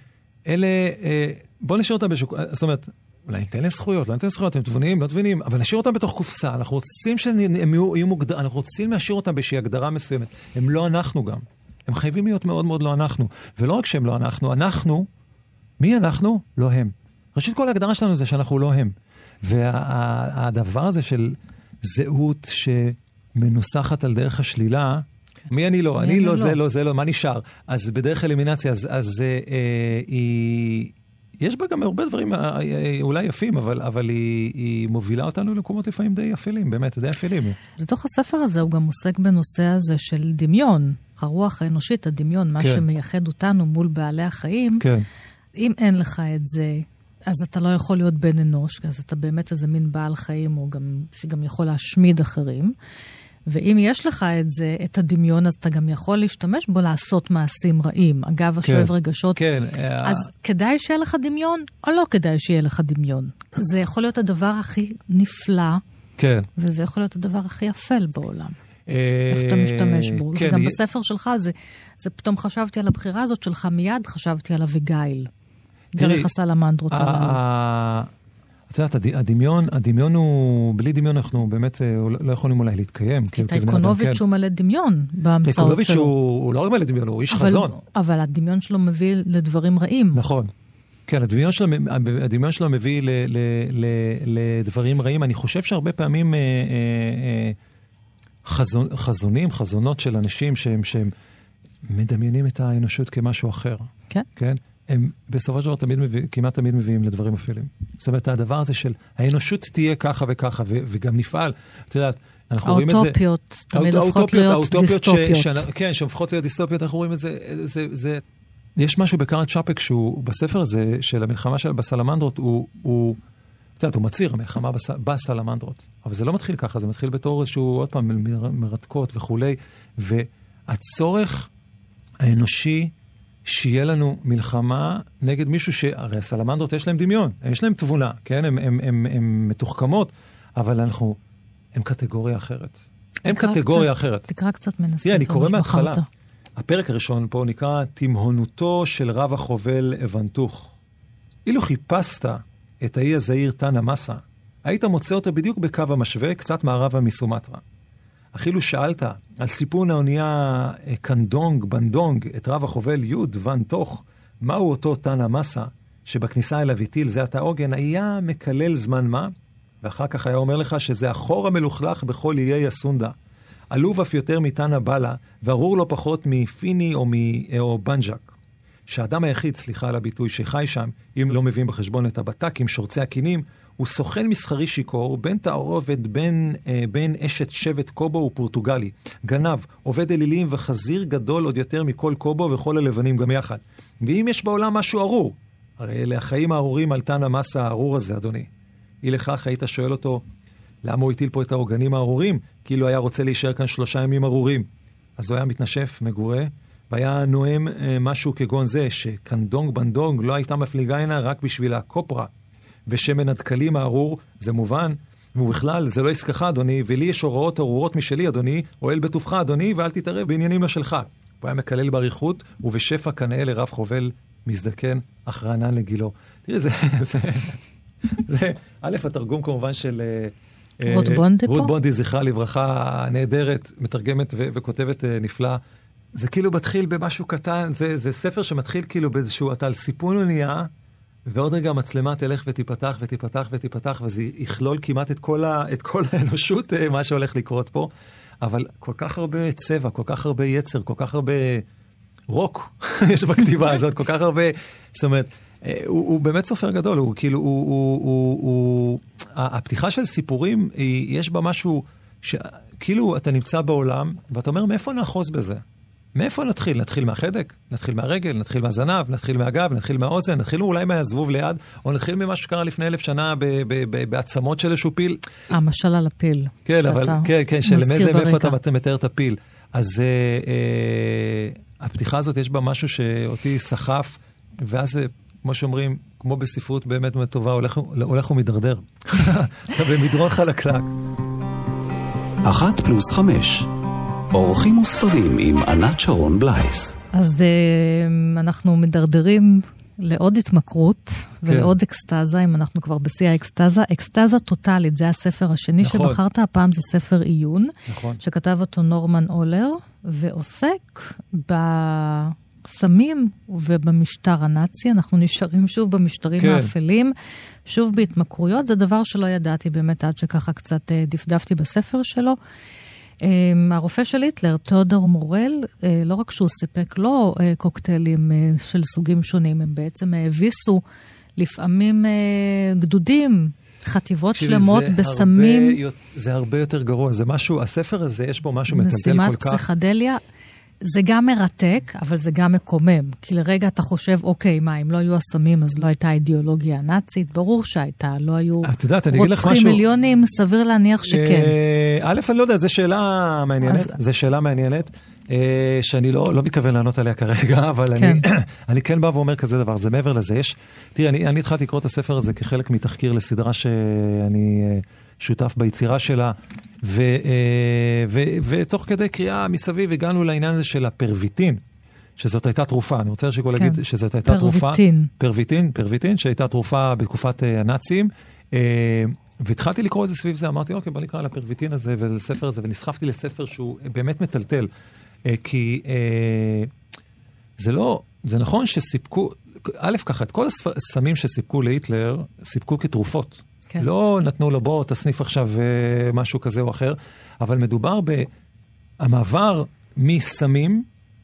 B: בוא נשאיר אותם בשוק, זאת אומרת, אולי ניתן להם זכויות, לא ניתן להם זכויות, הם תבונים, לא תבונים, אבל נשאיר אותם בתוך קופסה, אנחנו רוצים שהם יהיו מוגדר, אנחנו רוצים להשאיר אותם באיזושהי הגדרה מסוימת, הם לא אנחנו גם, הם חייבים להיות מאוד מאוד לא אנחנו, ולא רק שהם לא אנחנו, מי אנחנו? לא הם. ראשית כל ההגדרה שלנו זה שאנחנו לא הם, והדבר הזה של זהות שמנוסחת על דרך השלילה, מי אני לא? אני לא, זה לא, מה נשאר? אז בדרך אלימינציה, אז יש בה גם הרבה דברים אולי יפים, אבל היא מובילה אותנו למקומות לפעמים די אפלים, באמת, די אפלים.
C: בתוך הספר הזה הוא גם עוסק בנושא הזה של דמיון, הרוח האנושית, הדמיון, מה שמייחד אותנו מול בעלי החיים. כן. אם אין לך את זה, אז אתה לא יכול להיות בן אנוש, אז אתה באמת איזה מין בעל חיים, או גם, שגם יכול להשמיד אחרים. ואם יש לך את זה, את הדמיון, אז אתה גם יכול להשתמש בו לעשות מעשים רעים. אגב, השואב רגשות.
B: כן.
C: אז כדאי שיהיה לך דמיון, או לא כדאי שיהיה לך דמיון. זה יכול להיות הדבר הכי נפלא, כן. וזה יכול להיות הדבר הכי אפל בעולם. איך אתה משתמש בו. כן, גם בספר שלך, זה פתאום חשבתי על הבחירה הזאת שלך, מיד חשבתי על אביגיל. דרך הסלמנדרות הללו.
B: את יודעת, הדמיון הוא, בלי דמיון אנחנו באמת לא יכולים אולי להתקיים.
C: כי טייקונוביץ' הוא מלא דמיון בהמצאות שלו.
B: טייקונוביץ' הוא לא מלא דמיון, הוא איש חזון.
C: אבל הדמיון שלו מביא לדברים רעים.
B: נכון. כן, הדמיון שלו מביא לדברים רעים. אני חושב שהרבה פעמים חזונות של אנשים שהם מדמיינים את האנושות כמשהו אחר.
C: כן.
B: כן? הם בסופו של דבר כמעט תמיד מביאים לדברים אפלים. זאת אומרת, הדבר הזה של האנושות תהיה ככה וככה, וגם נפעל. את יודעת, אנחנו רואים את זה...
C: האוטופיות תמיד הופכות להיות דיסטופיות.
B: כן, שהופכות להיות דיסטופיות, אנחנו רואים את זה. יש משהו בקארל צ'אפק שהוא בספר הזה של המלחמה של בסלמנדרות, הוא מציר, המלחמה בסלמנדרות. אבל זה לא מתחיל ככה, זה מתחיל בתור איזשהו עוד פעם מרתקות וכולי, והצורך האנושי שיהיה לנו מלחמה נגד מישהו שהרי הסלמנדרות יש להם דמיון, יש להם תבונה, כן? הם מתוחכמות, אבל הם קטגוריה אחרת. הם קטגוריה אחרת.
C: תקרא קצת מנסה.
B: אני קורא מההתחלה. הפרק הראשון פה נקרא תימהונותו של רב החובל אבנתוך. אילו חיפשת את האי הזעיר תנא מסה, היית מוצא אותו בדיוק בקו המשווה, קצת מערבה מסומטרה. אפילו שאלת על סיפון האונייה קנדונג, בנדונג, את רב החובל יוד ונתוך, מהו אותו תנא מסה שבכניסה אליו הטיל זה את העוגן, היה מקלל זמן מה, ואחר כך היה אומר לך שזה החור המלוכלך בכל איי הסונדה. עלוב אף יותר מתנה בלה, וארור לא פחות מפיני או בנג'ק. שהאדם היחיד, סליחה על הביטוי, שחי שם, אם לא מביאים בחשבון את הבטק עם שורצי הקינים, הוא סוכן מסחרי שיקור, בין תערובת, בין אשת שבט קובו ופורטוגלי. גנב, עובד אלילים וחזיר גדול עוד יותר מכל קובו וכל הלבנים גם יחד. ואם יש בעולם משהו ארור, הרי אלה החיים הארורים על תן המסה הארור הזה, אדוני. אי לכך היית שואל אותו, למה הוא הטיל פה את העוגנים הארורים? כאילו היה רוצה להישאר כאן 3 ימים ארורים. אז הוא היה מתנשף, מגורה, והיה נואם משהו כגון זה, שקנדונג בנדונג לא הייתה מפליגה הנה רק בשביל הקופרה. ושמן הדקלים הארור, זה מובן, ובכלל, זה לא עסקך, אדוני, ולי יש הוראות ארורות משלי, אדוני, אוהל בטובך, אדוני, ואל תתערב בעניינים לא שלך. הוא היה מקלל בעריכות, ובשפע כנאה לרב חובל מזדקן, אך רענן לגילו. תראי, זה, א', התרגום כמובן של
C: רות בונדי פה?
B: רות בונדי, זכרה לברכה, נהדרת, מתרגמת וכותבת נפלא. זה כאילו מתחיל במשהו קטן, זה ספר שמתחיל כאילו באיזשהו, אתה על סיפון אונייה, ועוד רגע המצלמה תלך ותיפתח ותיפתח ותיפתח, וזה יכלול כמעט את כל האנושות, מה שהולך לקרות פה. אבל כל כך הרבה צבע, כל כך הרבה יצר, כל כך הרבה רוק יש בכתיבה הזאת, כל כך הרבה, זאת אומרת, הוא באמת סופר גדול, הוא כאילו, הפתיחה של סיפורים, יש בה משהו, כאילו אתה נמצא בעולם, ואתה אומר, מאיפה נאחוז בזה? מאיפה נתחיל? נתחיל מהחדק? נתחיל מהרגל? נתחיל מהזנב? נתחיל מהגב? נתחיל מהאוזן? נתחיל אולי מהזבוב ליד? או נתחיל ממה שקרה לפני 1000 שנה בעצמות של איזשהו פיל?
C: המשל על הפיל.
B: כן, אבל, כן, שלמזה מאיפה אתה מתאר את הפיל. אז הפתיחה הזאת יש בה משהו שאותי סחף, ואז כמו שאומרים, כמו בספרות באמת טובה, הולך ומדרדר. אתה במדרון חלקלק.
A: 1+5 אורחים וספרים עם ענת שרון בלייס.
C: אז אנחנו מדרדרים לעוד התמכרות ולעוד אקסטאזה, אם אנחנו כבר בשיא האקסטאזה. אקסטאזה טוטלית, זה הספר השני שבחרת, הפעם זה ספר עיון, שכתב אותו נורמן אולר, ועוסק בסמים ובמשטר הנאצי. אנחנו נשארים שוב במשטרים האפלים, שוב בהתמכרויות. זה דבר שלא ידעתי באמת עד שככה קצת דפדפתי בספר שלו. הרופא של היטלר, תיאודור מורל, לא רק שהוא סיפק לו קוקטיילים של סוגים שונים, הם בעצם הביסו לפעמים גדודים, חטיבות שלמות בסמים.
B: זה הרבה יותר גרוע, זה משהו, הספר הזה יש בו משהו מטלטל כל כך.
C: משימת פסיכדליה, זה גם מרתק, אבל זה גם מקומם. כי לרגע אתה חושב, אוקיי, מה, אם לא היו הסמים, אז לא הייתה אידיאולוגיה נאצית? ברור שהייתה, לא היו רוצחים מיליונים, סביר להניח שכן.
B: א', אני לא יודע, זו שאלה מעניינת, זו שאלה מעניינת, שאני לא מתכוון לענות עליה כרגע, אבל אני כן בא ואומר כזה דבר, זה מעבר לזה. תראי, אני התחלתי לקרוא את הספר הזה כחלק מתחקיר לסדרה שאני שותף ביצירה שלה, ותוך כדי קריאה מסביב הגענו לעניין הזה של הפרוויטין, שזאת הייתה תרופה. אני רוצה שכל להגיד שזאת הייתה תרופה. פרוויטין, שהייתה תרופה בתקופת הנאצים. והתחלתי לקרוא את זה סביב זה, אמרתי, אוקיי, בוא נקרא על הפרוויטין הזה ולספר הזה, ונסחפתי לספר שהוא באמת מטלטל. כי זה נכון שסיפקו, א' ככה, את כל הסמים שסיפקו להיטלר, סיפקו כתרופות. לא נתנו לו בוא, תסניף עכשיו משהו כזה או אחר, אבל מדובר במעבר מסמים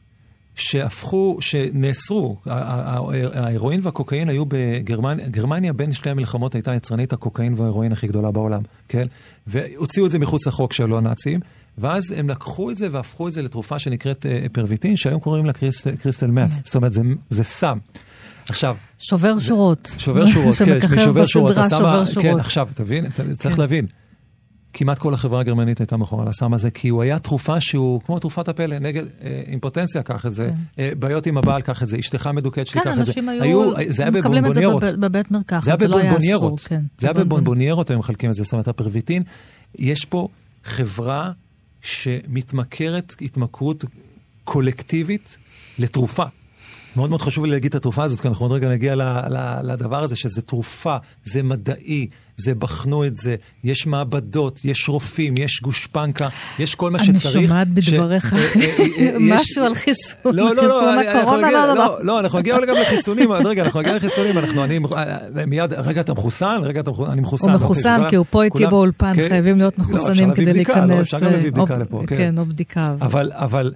B: שנאסרו. ההירואין והקוקאין היו בגרמניה, בין שתי המלחמות הייתה יצרנית הקוקאין וההירואין הכי גדולה בעולם, כן? והוציאו את זה מחוץ לחוק שלו הנאצים, ואז הם לקחו את זה והפכו את זה לתרופה שנקראת פרוויטין, שהיום קוראים לה קריסטל מת. זאת אומרת, זה סם. עכשיו,
C: שובר שורות.
B: שובר שורות, כן,
C: שמככב בסדרה שובר שורות.
B: כן, עכשיו, תבין, צריך להבין. כמעט כל החברה הגרמנית הייתה מאחורי לסם הזה, כי הוא היה תרופה שהוא, כמו תרופת הפלא, נגד אימפוטנציה, קח את זה, בעיות עם הבעל, קח את זה, אשתך מדוכאת שתיקח את זה.
C: כן, אנשים היו מקבלים את זה בבית מרקחת, זה לא היה אסור.
B: זה היה בבונבוניירות, הם מחלקים את זה, זאת אומרת, הפרוויטין, יש פה חברה שמתמכרת התמכרות קולקטיבית לתרופה. מאוד מאוד חשוב לי להגיד את התרופה הזאת, כי אנחנו עוד רגע נגיע לדבר הזה, שזה תרופה, זה מדעי, זה בחנו את זה, יש מעבדות, יש רופאים, יש גושפנקה, יש כל מה שצריך.
C: אני שומעת בדבריך משהו על חיסון הקורונה,
B: לא, אנחנו נגיע גם לחיסונים, רגע, אנחנו נגיע לחיסונים, מיד, רגע, אתה מחוסן? רגע, אני מחוסן.
C: הוא מחוסן, כי הוא פה איתי באולפן, חייבים להיות מחוסנים כדי להיכנס.
B: אפשר גם להביא בדיקה לפה.
C: כן, או בדיקה.
B: אבל,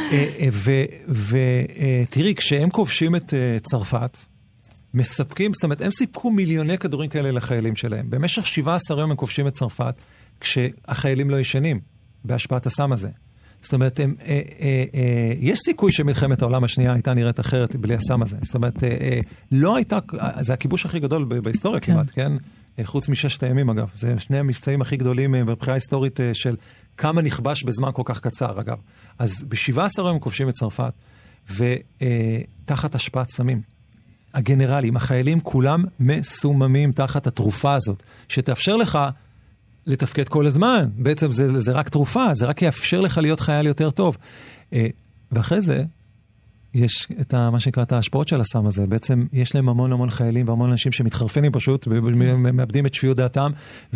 B: ותראי, כשהם כובשים את צרפת, מספקים, זאת אומרת, הם סיפקו מיליוני כדורים כאלה לחיילים שלהם. במשך 17 יום הם כובשים את צרפת, כשהחיילים לא ישנים, בהשפעת הסם הזה. זאת אומרת, יש סיכוי שמלחמת העולם השנייה הייתה נראית אחרת בלי הסם הזה. זאת אומרת, לא הייתה, זה הכיבוש הכי גדול בהיסטוריה כמעט, כן? חוץ מששת הימים, אגב. זה שני המבצעים הכי גדולים בבחירה ההיסטורית של כמה נכבש בזמן כל כך קצר, אגב. אז ב-17 יום הם כובשים את צרפת, ותחת השפעת סמים. הגנרלים, החיילים, כולם מסוממים תחת התרופה הזאת, שתאפשר לך לתפקד כל הזמן. בעצם זה רק תרופה, זה רק יאפשר לך להיות חייל יותר טוב. ואחרי זה, יש את מה שנקרא את ההשפעות של הסם הזה. בעצם יש להם המון חיילים והמון אנשים שמתחרפנים פשוט, מאבדים את שפיות דעתם,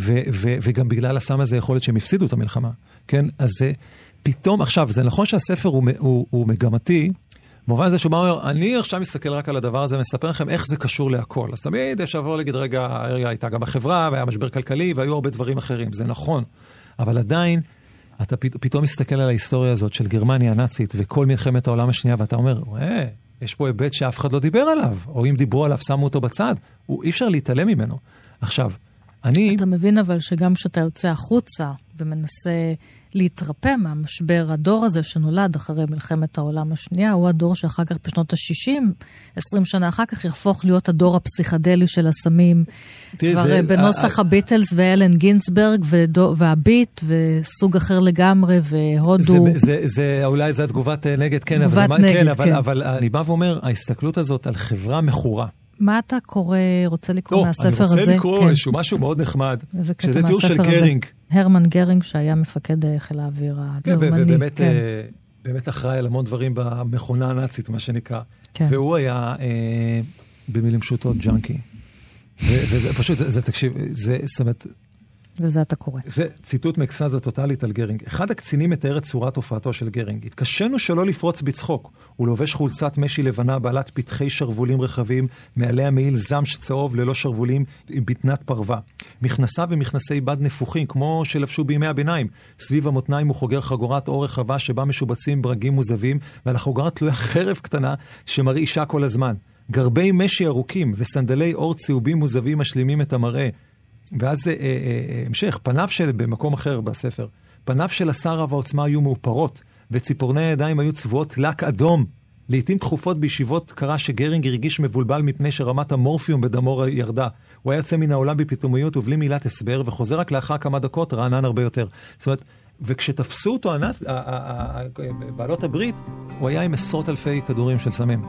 B: וגם בגלל הסם הזה יכול להיות שהם הפסידו את המלחמה. כן? אז זה פתאום, עכשיו, זה נכון שהספר הוא מגמתי, במובן הזה שהוא אומר, אני עכשיו מסתכל רק על הדבר הזה, מספר לכם איך זה קשור להכל. אז תמיד יש לעבור להגיד, רגע, הייתה גם החברה, והיה משבר כלכלי, והיו הרבה דברים אחרים. זה נכון. אבל עדיין, אתה פתאום מסתכל על ההיסטוריה הזאת של גרמניה הנאצית, וכל מלחמת העולם השנייה, ואתה אומר, יש פה היבט שאף אחד לא דיבר עליו, או אם דיברו עליו, שמו אותו בצד. אי אפשר להתעלם ממנו. עכשיו, אתה
C: מבין אבל שגם שאתה יוצא החוצה, ומנסה להתרפא מהמשבר, הדור הזה שנולד אחרי מלחמת העולם השנייה, הוא הדור שאחר כך בשנות ה-60, 20 שנה אחר כך יהפוך להיות הדור הפסיכדלי של הסמים. כבר בנוסח הביטלס ואלן גינסברג והביט, וסוג אחר לגמרי, והודו.
B: אולי זה התגובת נגד, כן, אבל אני בא ואומר, ההסתכלות הזאת על חברה מכורה,
C: מה אתה רוצה לקרוא מהספר הזה?
B: אני רוצה לקרוא משהו מאוד נחמד, שזה תיאור של גרינג.
C: הרמן גרינג, שהיה מפקד חיל האוויר הגרמני.
B: ובאמת אחראי על המון דברים במכונה הנאצית, מה שנקרא. והוא היה במילים פשוטות ג'אנקי. וזה פשוט, תקשיב, זאת אומרת,
C: וזה אתה קורא.
B: זה ציטוט מקסזה טוטלית על גרינג. אחד הקצינים מתאר את צורת הופעתו של גרינג. התקשנו שלא לפרוץ בצחוק. הוא לובש חולצת משי לבנה בעלת פתחי שרבולים רחבים, מעליה מעיל זמש צהוב ללא שרבולים עם בטנת פרווה. מכנסה ומכנסי בד נפוחים, כמו שלבשו בימי הביניים. סביב המותניים הוא חוגר חגורת אור רחבה שבה משובצים ברגים מוזבים, ועל החגורה תלויה חרב קטנה שמרעישה כל הזמן. גרבי משי ארוכים וסנדלי אור צהובים מוזבים משלימים את המראה. ואז המשך, פניו במקום אחר בספר, פניו של השר והעוצמה היו מאופרות, וציפורני הידיים היו צבועות לק אדום. לעתים תכופות בישיבות קרה שגרינג הרגיש מבולבל מפני שרמת המורפיום בדמו ירדה. הוא היה יוצא מן העולם בפתאומיות ובלי מילת הסבר, וחוזר רק לאחר כמה דקות רענן הרבה יותר. זאת אומרת, וכשתפסו אותו בעלות הברית, הוא היה עם עשרות אלפי כדורים של סמים.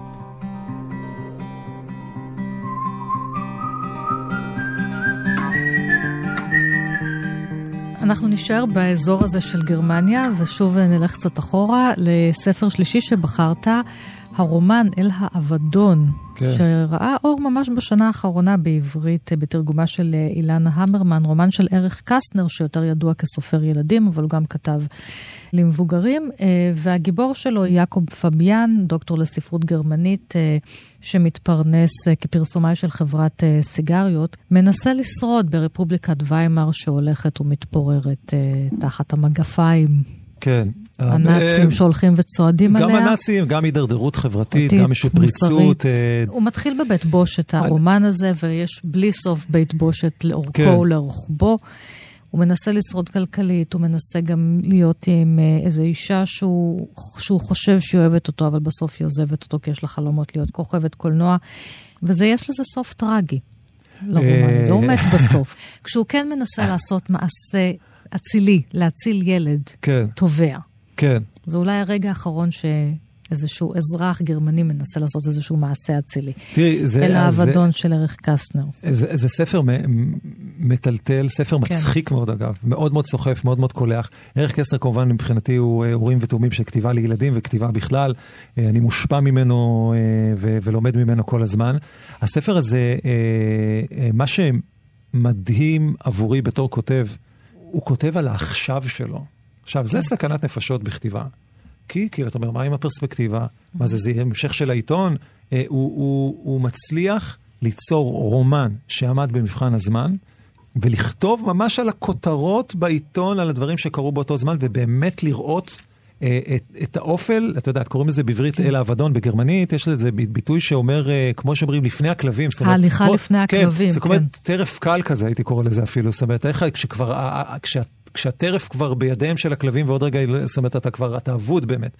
C: אנחנו נשאר באזור הזה של גרמניה, ושוב נלך קצת אחורה לספר שלישי שבחרת, הרומן אל האבדון, כן. שראה אור ממש בשנה האחרונה בעברית, בתרגומה של אילנה המרמן, רומן של אריך קסטנר, שיותר ידוע כסופר ילדים, אבל הוא גם כתב למבוגרים, והגיבור שלו יעקב פביאן, דוקטור לספרות גרמנית, שמתפרנס כפרסומאי של חברת סיגריות, מנסה לשרוד ברפובליקת ויימאר שהולכת ומתפוררת תחת המגפיים.
B: כן.
C: הנאצים שהולכים וצועדים עליה.
B: גם הנאצים, גם הידרדרות חברתית, גם איזושהי פריצות.
C: הוא מתחיל בבית בושת הרומן הזה, ויש בלי סוף בית בושת לאורכו ולרוחבו. הוא מנסה לשרוד כלכלית, הוא מנסה גם להיות עם איזו אישה שהוא חושב שהיא אוהבת אותו, אבל בסוף היא עוזבת אותו, כי יש לה חלומות להיות כוכבת קולנוע, יש לזה סוף טרגי לרומן הזה, הוא מת בסוף. כשהוא כן מנסה לעשות מעשה אצילי, להציל ילד טובע.
B: כן.
C: זה אולי הרגע האחרון שאיזשהו אזרח גרמני מנסה לעשות איזשהו מעשה אצילי.
B: תראי,
C: אל האבדון של אריך קסטנר.
B: זה ספר מטלטל, ספר מצחיק מאוד אגב, מאוד מאוד סוחף, מאוד מאוד קולח. אריך קסטנר כמובן מבחינתי הוא הורים ותאומים של כתיבה לילדים וכתיבה בכלל. אני מושפע ממנו ולומד ממנו כל הזמן. הספר הזה, מה מדהים עבורי בתור כותב. הוא כותב על העכשיו שלו. עכשיו, זה סכנת נפשות בכתיבה. כי אתה אומר, מה עם הפרספקטיבה? מה זה יהיה המשך של העיתון? הוא מצליח ליצור רומן שעמד במבחן הזמן, ולכתוב ממש על הכותרות בעיתון, על הדברים שקרו באותו זמן, ובאמת לראות את האופל, אתה יודעת, קוראים לזה בעברית אל האבדון, בגרמנית יש לזה ביטוי שאומר, כמו שאומרים, לפני הכלבים.
C: ההליכה לפני הכלבים.
B: כן, זאת אומרת, טרף קל כזה, הייתי קורא לזה אפילו. זאת אומרת, כשהטרף כבר בידיהם של הכלבים, ועוד רגע, זאת אומרת, אתה אבוד באמת.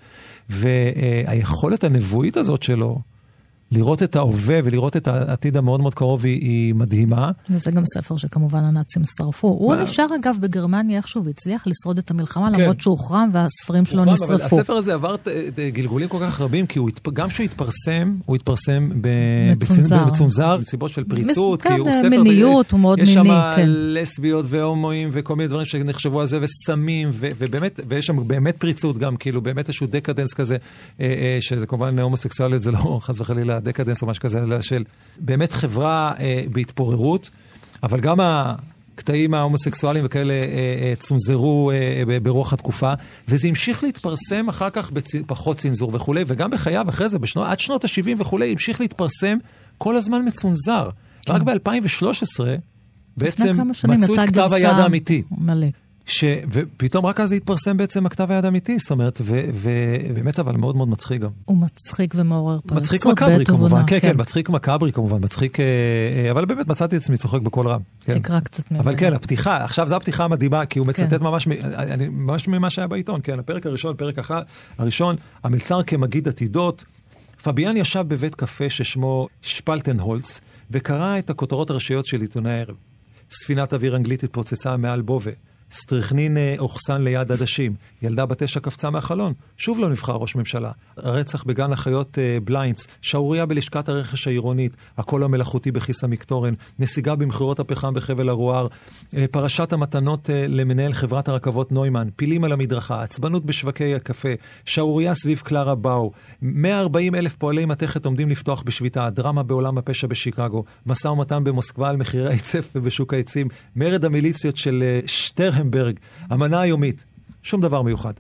B: והיכולת הנבואית הזאת שלו, לראות את ההווה ולראות את העתיד המאוד מאוד קרוב היא מדהימה. וזה
C: גם ספר שכמובן הנאצים שרפו. הוא נשאר אגב בגרמניה איכשהו והצליח לשרוד את המלחמה, למרות שהוא הוחרם והספרים שלו נשרפו.
B: אבל הספר הזה עבר גלגולים כל כך רבים, כי גם כשהוא התפרסם, הוא התפרסם במצונזר, בסיבות של פריצות, כי הוא ספר...
C: מיניות, הוא מאוד מיני.
B: יש שם לסביות והומואים וכל מיני דברים שנחשבו על זה, וסמים, ובאמת, ויש שם באמת פריצות גם, כאילו באמת איזשהו דקדנס כזה, שזה כמובן הומוסקסואליות, זה לא חס וחלילה דקדנס או משהו כזה, אלא של באמת חברה בהתפוררות, אבל גם הקטעים ההומוסקסואליים וכאלה צונזרו ברוח התקופה, וזה המשיך להתפרסם אחר כך בפחות צנזור וכו', וגם בחייו אחרי זה, עד שנות ה-70 וכו', המשיך להתפרסם כל הזמן מצונזר. רק ב-2013 בעצם מצאו את כתב היד האמיתי.
C: מלא.
B: ופתאום רק אז התפרסם בעצם הכתב היד האמיתי, זאת אומרת, ובאמת אבל מאוד מאוד מצחיק גם.
C: הוא מצחיק ומעורר פרצות.
B: מצחיק מקברי כמובן, כן, מצחיק מקברי כמובן, מצחיק, אבל באמת מצאתי את עצמי צוחק בכל רם.
C: תקרא קצת ממנו.
B: אבל כן, הפתיחה, עכשיו זו הפתיחה המדהימה, כי הוא מצטט ממש ממה שהיה בעיתון, כן, הפרק הראשון, הראשון, המלצר כמגיד עתידות, פביאן ישב בבית קפה ששמו שפלטנהולץ, וקרא את הכותרות הראשיות של עיתוני הערב. ספינת אוויר אנגלית התפוצצה מעל בובה. סטריכנין אוכסן ליד עדשים. ילדה בת 9 קפצה מהחלון. שוב לא נבחר ראש ממשלה. הרצח בגן החיות בליינדס. שעוריה בלשכת הרכש העירונית. הקול המלאכותי בכיס המקטורן. נסיגה במחירות הפחם בחבל הרואר. פרשת המתנות למנהל חברת הרכבות נוימן. פילים על המדרכה. עצבנות בשווקי הקפה. שעוריה סביב קלרה באו. 140,000 פועלי מתכת עומדים לפתוח בשביתה. דרמה בעולם הפשע בשיקגו. משא ומתן במוסקבה על מחירי ההיצף ובשוק העצים. מרד המיליציות של שטרהמברג, המנה היומית, שום דבר מיוחד.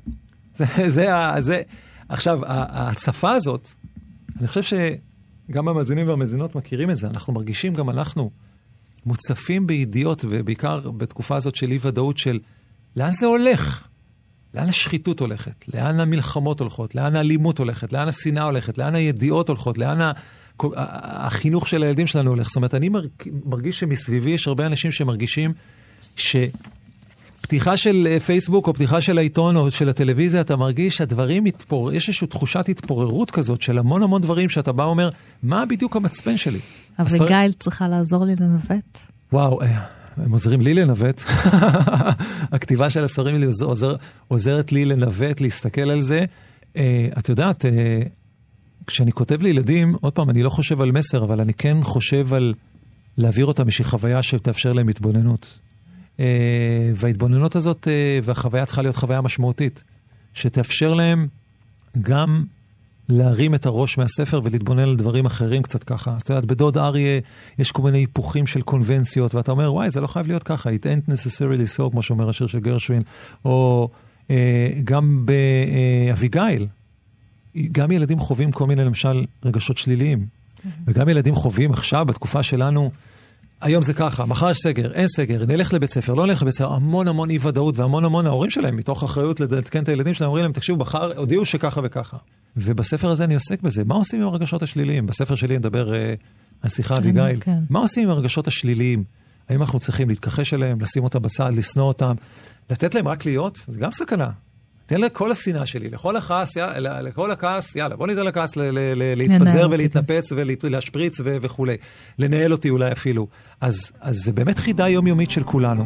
B: עכשיו, ההצפה הזאת, אני חושב שגם המאזינים והמאזינות מכירים את זה, אנחנו מרגישים, גם אנחנו מוצפים בידיעות, ובעיקר בתקופה הזאת של אי-ודאות של לאן זה הולך? לאן השחיתות הולכת? לאן המלחמות הולכות? לאן האלימות הולכת? לאן השנאה הולכת? לאן הידיעות הולכות? לאן החינוך של הילדים שלנו הולך? זאת אומרת, אני מרגיש שמסביבי יש הרבה אנשים שמרגישים פתיחה של פייסבוק או פתיחה של העיתון או של הטלוויזיה, אתה מרגיש שהדברים יש איזושהי תחושת התפוררות כזאת של המון המון דברים שאתה בא ואומר, מה בדיוק המצפן שלי?
C: אביגיל צריכה לעזור לי לנווט.
B: וואו, הם עוזרים לי לנווט. הכתיבה של הספרים לי עוזרת לי לנווט, להסתכל על זה. את יודעת, כשאני כותב לילדים, עוד פעם, אני לא חושב על מסר, אבל אני כן חושב על להעביר אותם איזושהי חוויה שתאפשר להם התבוננות. וההתבוננות הזאת והחוויה צריכה להיות חוויה משמעותית, שתאפשר להם גם להרים את הראש מהספר ולהתבונן על דברים אחרים קצת ככה. אז אתה יודעת, בדוד אריה יש כל מיני היפוכים של קונבנציות, ואתה אומר, וואי, זה לא חייב להיות ככה, it ain't necessarily so, כמו שאומר השיר של גרשווין, או גם באביגיל, גם ילדים חווים כל מיני, למשל, רגשות שליליים, וגם ילדים חווים עכשיו, בתקופה שלנו, היום זה ככה, מחר יש סגר, אין סגר, נלך לבית ספר, לא נלך לבית ספר, המון המון אי ודאות, והמון המון ההורים שלהם, מתוך אחריות לדקן את הילדים שלהם, אומרים להם, תקשיבו, בחר, הודיעו שככה וככה. ובספר הזה אני עוסק בזה. מה עושים עם הרגשות השליליים? בספר שלי נדבר על שיחה אביגיל. מה עושים עם הרגשות השליליים? האם אנחנו צריכים להתכחש אליהם, לשים אותם בצד, לסנוע אותם, לתת להם רק להיות? זה גם סכנה. תן לכל השנאה שלי, לכל הכעס, יאללה, בוא ניתן לכעס להתפזר ולהתנפץ ולהשפריץ וכו'. לנהל אותי אולי אפילו. אז זה באמת חידה יומיומית של כולנו.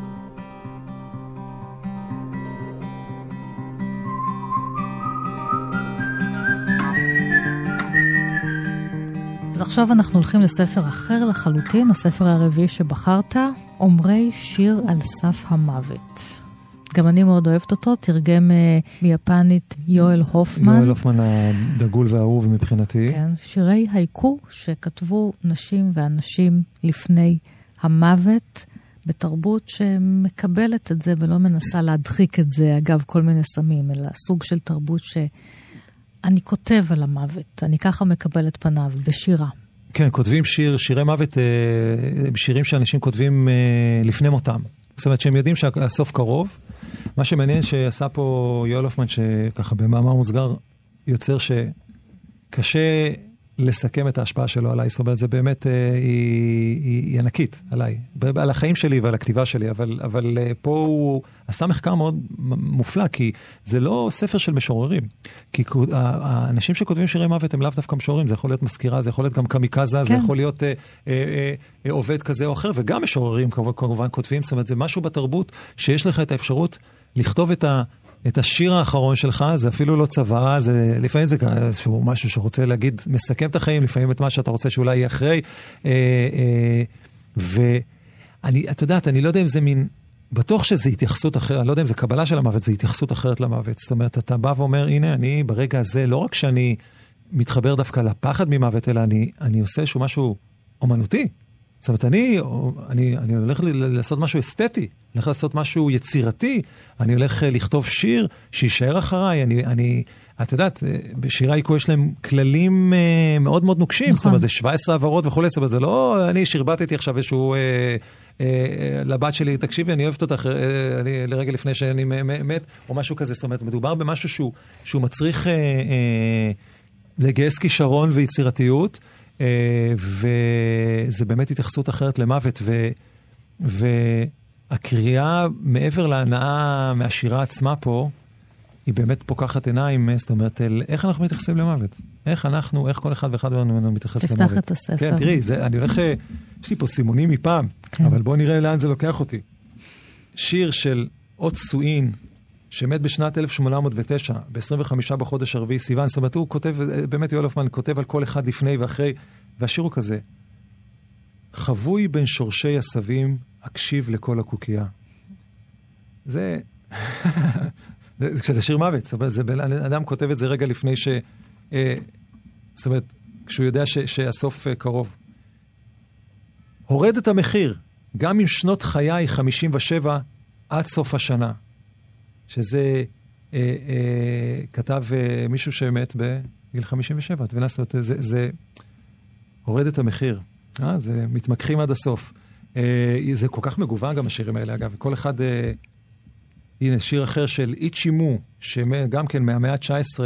C: אז עכשיו אנחנו הולכים לספר אחר לחלוטין, הספר הרביעי שבחרת, אומרי שיר על סף המוות. גם אני מאוד אוהבת אותו, תרגם מיפנית יואל הופמן.
B: יואל הופמן הדגול והאהוב מבחינתי.
C: כן, שירי הייקו שכתבו נשים ואנשים לפני המוות בתרבות שמקבלת את זה ולא מנסה להדחיק את זה, אגב כל מיני סמים, אלא סוג של תרבות שאני כותב על המוות, אני ככה מקבלת פניו בשירה.
B: כן, כותבים שירי מוות, שירים שאנשים כותבים לפני מותם. זאת אומרת שהם יודעים שהסוף קרוב. מה שמעניין שעשה פה יואל הופמן, שככה במאמר מוסגר יוצר שקשה לסכם את ההשפעה שלו עליי. זאת אומרת, זה באמת, היא ענקית עליי. על החיים שלי ועל הכתיבה שלי, אבל פה הוא עשה מחקר מאוד מופלא, כי זה לא ספר של משוררים. כי האנשים שכותבים שירי מוות הם לאו דווקא משוררים, זה יכול להיות מזכירה, זה יכול להיות גם קמיקזה, זה יכול להיות עובד כזה או אחר, וגם משוררים כמובן כותבים. זאת אומרת, זה משהו בתרבות שיש לך את האפשרות לכתוב את השיר האחרון שלך, זה אפילו לא צבא, זה, לפעמים זה משהו שרוצה להגיד, מסכם את החיים, לפעמים את מה שאתה רוצה שאולי יהיה אחרי. את יודעת, אני לא יודע אם זה מין, בטוח שזה התייחסות אחרת, אני לא יודע אם זה קבלה של המוות, זה התייחסות אחרת למוות. זאת אומרת, אתה בא ואומר, הנה, אני ברגע הזה, לא רק שאני מתחבר דווקא לפחד ממוות, אלא אני עושה שהוא משהו אומנותי. זאת אומרת, אני הולך לעשות משהו אסתטי, אני הולך לעשות משהו יצירתי, אני הולך לכתוב שיר שישאר אחריי, את יודעת, בשירי היקו יש להם כללים מאוד מאוד נוקשים, זאת אומרת, זה 17 עברות וכו', זאת אומרת, זה לא, אני שרבטתי עכשיו איזשהו, לבת שלי, תקשיבי, אני אוהבת אותך, אני לרגע לפני שאני מת, או משהו כזה, זאת אומרת, מדובר במשהו שהוא מצריך לגייס כישרון ויצירתיות, וזה באמת התייחסות אחרת למוות, והקריאה מעבר להנאה מהשירה עצמה פה, היא באמת פוקחת עיניים, זאת אומרת, איך אנחנו מתייחסים למוות? איך כל אחד ואחד ממנו מתייחס למוות?
C: תפתח את הספר.
B: כן, תראי, אני הולך, יש לי פה סימונים מפעם, אבל בואו נראה לאן זה לוקח אותי. שיר של אות סואין, שמת בשנת 1809, ב-25 בחודש הרביעי סיוון, זאת אומרת, הוא כותב, באמת יואל הופמן כותב על כל אחד לפני ואחרי, והשיר הוא כזה, חבוי בין שורשי הסבים, אקשיב לכל הקוקייה. זה שיר מוות, זאת אומרת, אדם כותב את זה רגע לפני זאת אומרת, כשהוא יודע שהסוף קרוב. הורד את המחיר, גם אם שנות חיי 57 עד סוף השנה. שזה כתב מישהו שמת בגיל 57, את מבינה? זאת אומרת, זה הורד את המחיר. זה מתמקחים עד הסוף. זה כל כך מגוון גם השירים האלה, אגב. כל אחד, הנה, שיר אחר של איצ'ימו, שגם כן מהמאה ה-19,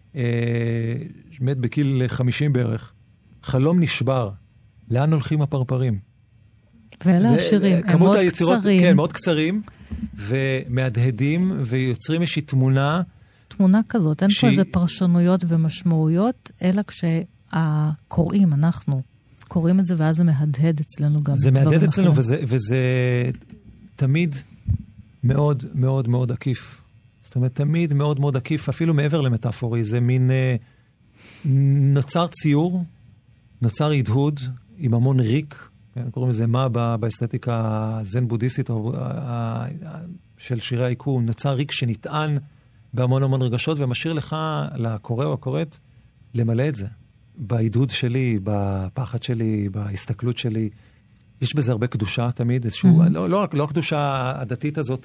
B: מת בגיל 50 בערך. חלום נשבר. לאן הולכים הפרפרים?
C: ואלה השירים, הם מאוד קצרים.
B: כן, מאוד קצרים. ומהדהדים ויוצרים איזושהי תמונה.
C: תמונה כזאת, אין פה איזה פרשנויות ומשמעויות, אלא כשהקוראים, אנחנו קוראים את זה, ואז זה מהדהד אצלנו גם.
B: זה מהדהד אצלנו, וזה תמיד מאוד מאוד מאוד עקיף. זאת אומרת, תמיד מאוד מאוד עקיף, אפילו מעבר למטאפורי, זה מין נוצר ציור, נוצר הדהוד, עם המון ריק, קוראים לזה מה באסתטיקה הזן-בודהיסטית של שירי היקו, נוצר ריק שנטען בהמון המון רגשות, ומשאיר לך, לקורא או הקוראת, למלא את זה. בעידוד שלי, בפחד שלי, בהסתכלות שלי, יש בזה הרבה קדושה תמיד, איזשהו, לא הקדושה הדתית הזאת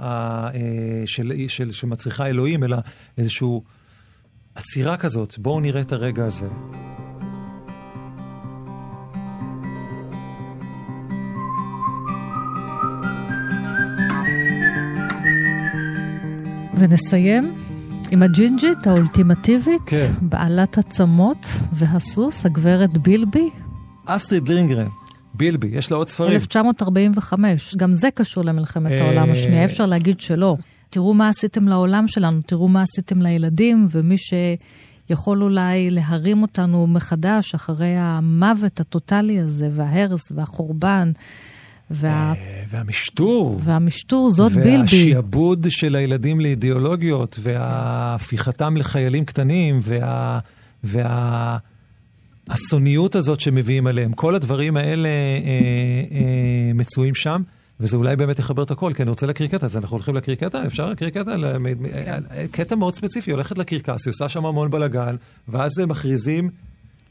B: שמצריכה אלוהים, אלא איזשהו עצירה כזאת. בואו נראה את הרגע הזה.
C: ונסיים עם הג'ינג'ית האולטימטיבית, כן. בעלת עצמות והסוס, הגברת בילבי.
B: אסטריד לינגרן, בילבי, יש לה עוד ספרים.
C: 1945, גם זה קשור למלחמת העולם השנייה, אפשר להגיד שלא. תראו מה עשיתם לעולם שלנו, תראו מה עשיתם לילדים, ומי שיכול אולי להרים אותנו מחדש אחרי המוות הטוטלי הזה, וההרס והחורבן, והמשטור, זאת בילבי.
B: והשיעבוד של הילדים לאידיאולוגיות, והפיכתם לחיילים קטנים, והאסוניות הזאת שמביאים עליהם. כל הדברים האלה מצויים שם, וזה אולי באמת יחבר את הכל, כי אני רוצה להקריא קטע, אז אנחנו הולכים להקריא קטע, אפשר להקריא קטע, קטע מאוד ספציפי, הולכת לקרקס, היא עושה שם המון בלגן, ואז מכריזים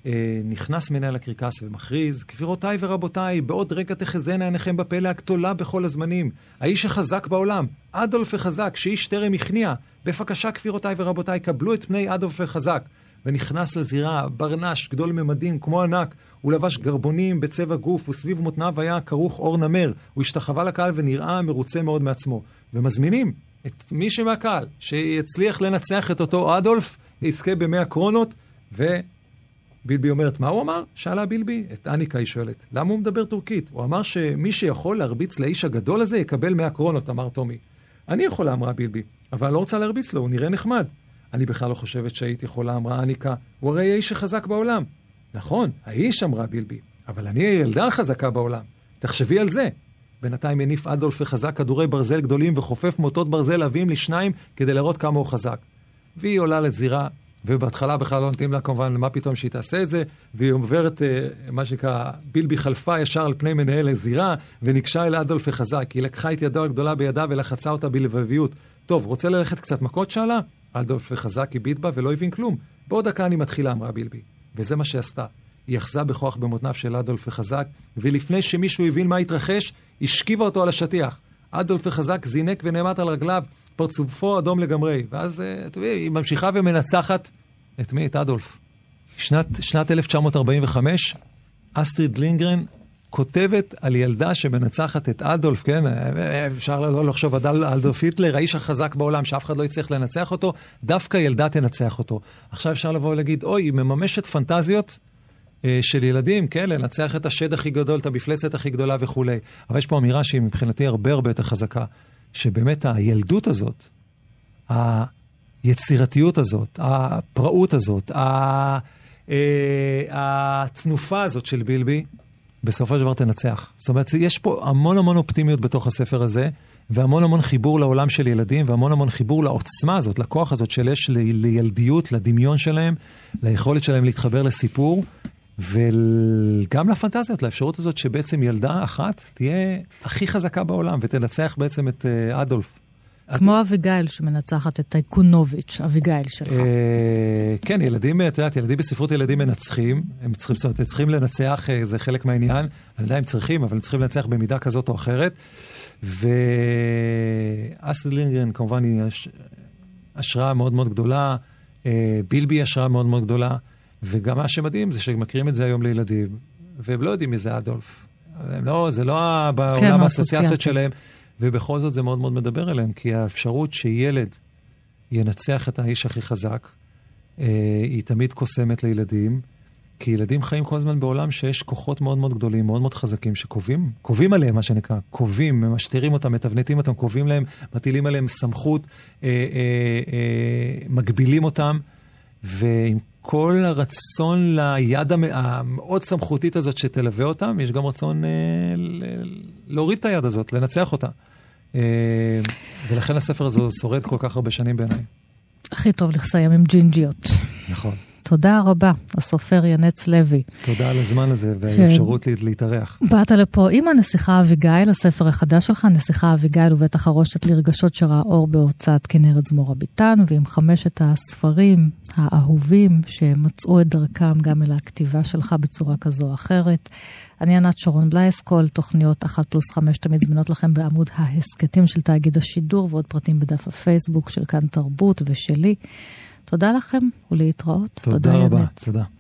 B: נכנס מנהל הקרקס ומכריז, גבירותיי ורבותיי, בעוד רגע תחזינה עיניכם בפלא הגדולה בכל הזמנים. האיש החזק בעולם, אדולף החזק, שאיש טרם הכניע. בבקשה, גבירותיי ורבותיי, קבלו את פני אדולף החזק. ונכנס לזירה, ברנש, גדול ממדים, כמו ענק. הוא לבש גרבונים בצבע גוף, וסביב מותניו היה כרוך אור נמר. הוא השתחווה לקהל ונראה מרוצה מאוד מעצמו. ומזמינים את מי שמהקהל, שיצליח לנצח את אותו אדולף, יזכה ב100 קרונות, בילבי אומרת, מה הוא אמר? שאלה בילבי. את אניקה היא שואלת, למה הוא מדבר טורקית? הוא אמר שמי שיכול להרביץ לאיש הגדול הזה יקבל 100 קרונות, אמר טומי. אני יכולה, אמרה בילבי, אבל אני לא רוצה להרביץ לו, הוא נראה נחמד. אני בכלל לא חושבת שהיית יכולה, אמרה אניקה, הוא הרי האיש החזק בעולם. נכון, האיש, אמרה בילבי, אבל אני הילדה החזקה בעולם. תחשבי על זה. בינתיים הניף אדולף חזק כדורי ברזל גדולים וחופף מוטות ברזל עבים לשניים כדי לראות כמה הוא חזק. והיא עולה לזירה, ובהתחלה בכלל לא נותנים לה כמובן למה פתאום שהיא תעשה את זה, והיא עוברת, מה שנקרא, בילבי חלפה ישר על פני מנהל הזירה, ונקשה אל אדולף חזק. היא לקחה את ידו הגדולה בידה ולחצה אותה בלבביות. טוב, רוצה ללכת קצת מכות? שאלה? אדולף חזק הביט בה ולא הבין כלום. בעוד דקה אני מתחילה, אמרה בילבי. וזה מה שעשתה. היא אחזה בכוח במותניו של אדולף חזק, ולפני שמישהו הבין מה התרחש, השכיבה אותו על השטיח. אדולף חזק זינק ונעמד על רגליו, פרצופו אדום לגמרי. ואז היא ממשיכה ומנצחת את מי? את אדולף. שנת 1945, אסטריד לינגרן כותבת על ילדה שמנצחת את אדולף, כן? אפשר לא לחשוב על אדולף היטלר, האיש החזק בעולם, שאף אחד לא יצטרך לנצח אותו, דווקא ילדה תנצח אותו. עכשיו אפשר לבוא ולהגיד, אוי, היא מממשת פנטזיות של ילדים, כן? לנצח את השד הכי גדול, את המפלצת הכי גדולה וכו'. אבל יש פה אמירה שהיא מבחינתי הרבה יותר חזקה, שבאמת הילדות הזאת, היצירתיות הזאת, הפראות הזאת, התנופה הזאת של בילבי, בסופו של דבר תנצח. זאת אומרת, יש פה המון המון אופטימיות בתוך הספר הזה, והמון המון חיבור לעולם של ילדים, והמון המון חיבור לעוצמה הזאת, לכוח הזאת של יש לילדיות, לדמיון שלהם, ליכולת שלהם להתחבר לסיפור, וגם לפנטזיות, לאפשרות הזאת שבעצם ילדה אחת תהיה הכי חזקה בעולם, ותנצח בעצם את אדולף.
C: כמו אביגיל שמנצחת את טייקונוביץ', אביגיל שלך.
B: כן, ילדים, את יודעת, ילדים בספרות ילדים מנצחים, הם צריכים לנצח, זה חלק מהעניין, אני יודע, הם צריכים, אבל הם צריכים לנצח במידה כזאת או אחרת, ואסטריד לינגרן כמובן היא השראה מאוד מאוד גדולה, בילבי השראה מאוד מאוד גדולה, וגם מה שמדהים זה שמכירים את זה היום לילדים, והם לא יודעים מי זה אדולף. זה לא בעולם האסוציאציות שלהם, ובכל זאת זה מאוד מאוד מדבר אליהם, כי האפשרות שילד ינצח את האיש הכי חזק, היא תמיד קוסמת לילדים, כי ילדים חיים כל הזמן בעולם שיש כוחות מאוד מאוד גדולים, מאוד מאוד חזקים, שקובעים עליהם, מה שנקרא, קובעים, משתירים אותם, מתבנתים אותם, קובעים להם, מטילים עליהם סמכות, מגבילים אותם, ועם כל הרצון ליד המאוד סמכותית הזאת שתלווה אותם, יש גם רצון להוריד את היד הזאת, לנצח אותה. ולכן הספר הזה שורד כל כך הרבה שנים בעיניי.
C: הכי טוב לסיים עם ג'ינג'יות.
B: נכון.
C: תודה רבה, הסופר ינץ לוי.
B: תודה על הזמן הזה והאפשרות להתארח.
C: באת לפה עם הנסיכה אביגיל, הספר החדש שלך, הנסיכה אביגיל ובית החרושת לרגשות שראה אור בהוצאת כנרת זמורה ביטן, ועם 5 הספרים האהובים שמצאו את דרכם גם אל הכתיבה שלך בצורה כזו או אחרת. אני ענת שרון בלייס, כל תוכניות 1+5 תמיד זמינות לכם בעמוד ההסקטים של תאגיד השידור, ועוד פרטים בדף הפייסבוק של כאן תרבות ושלי. תודה לכם ולהתראות.
B: תודה רבה. תודה.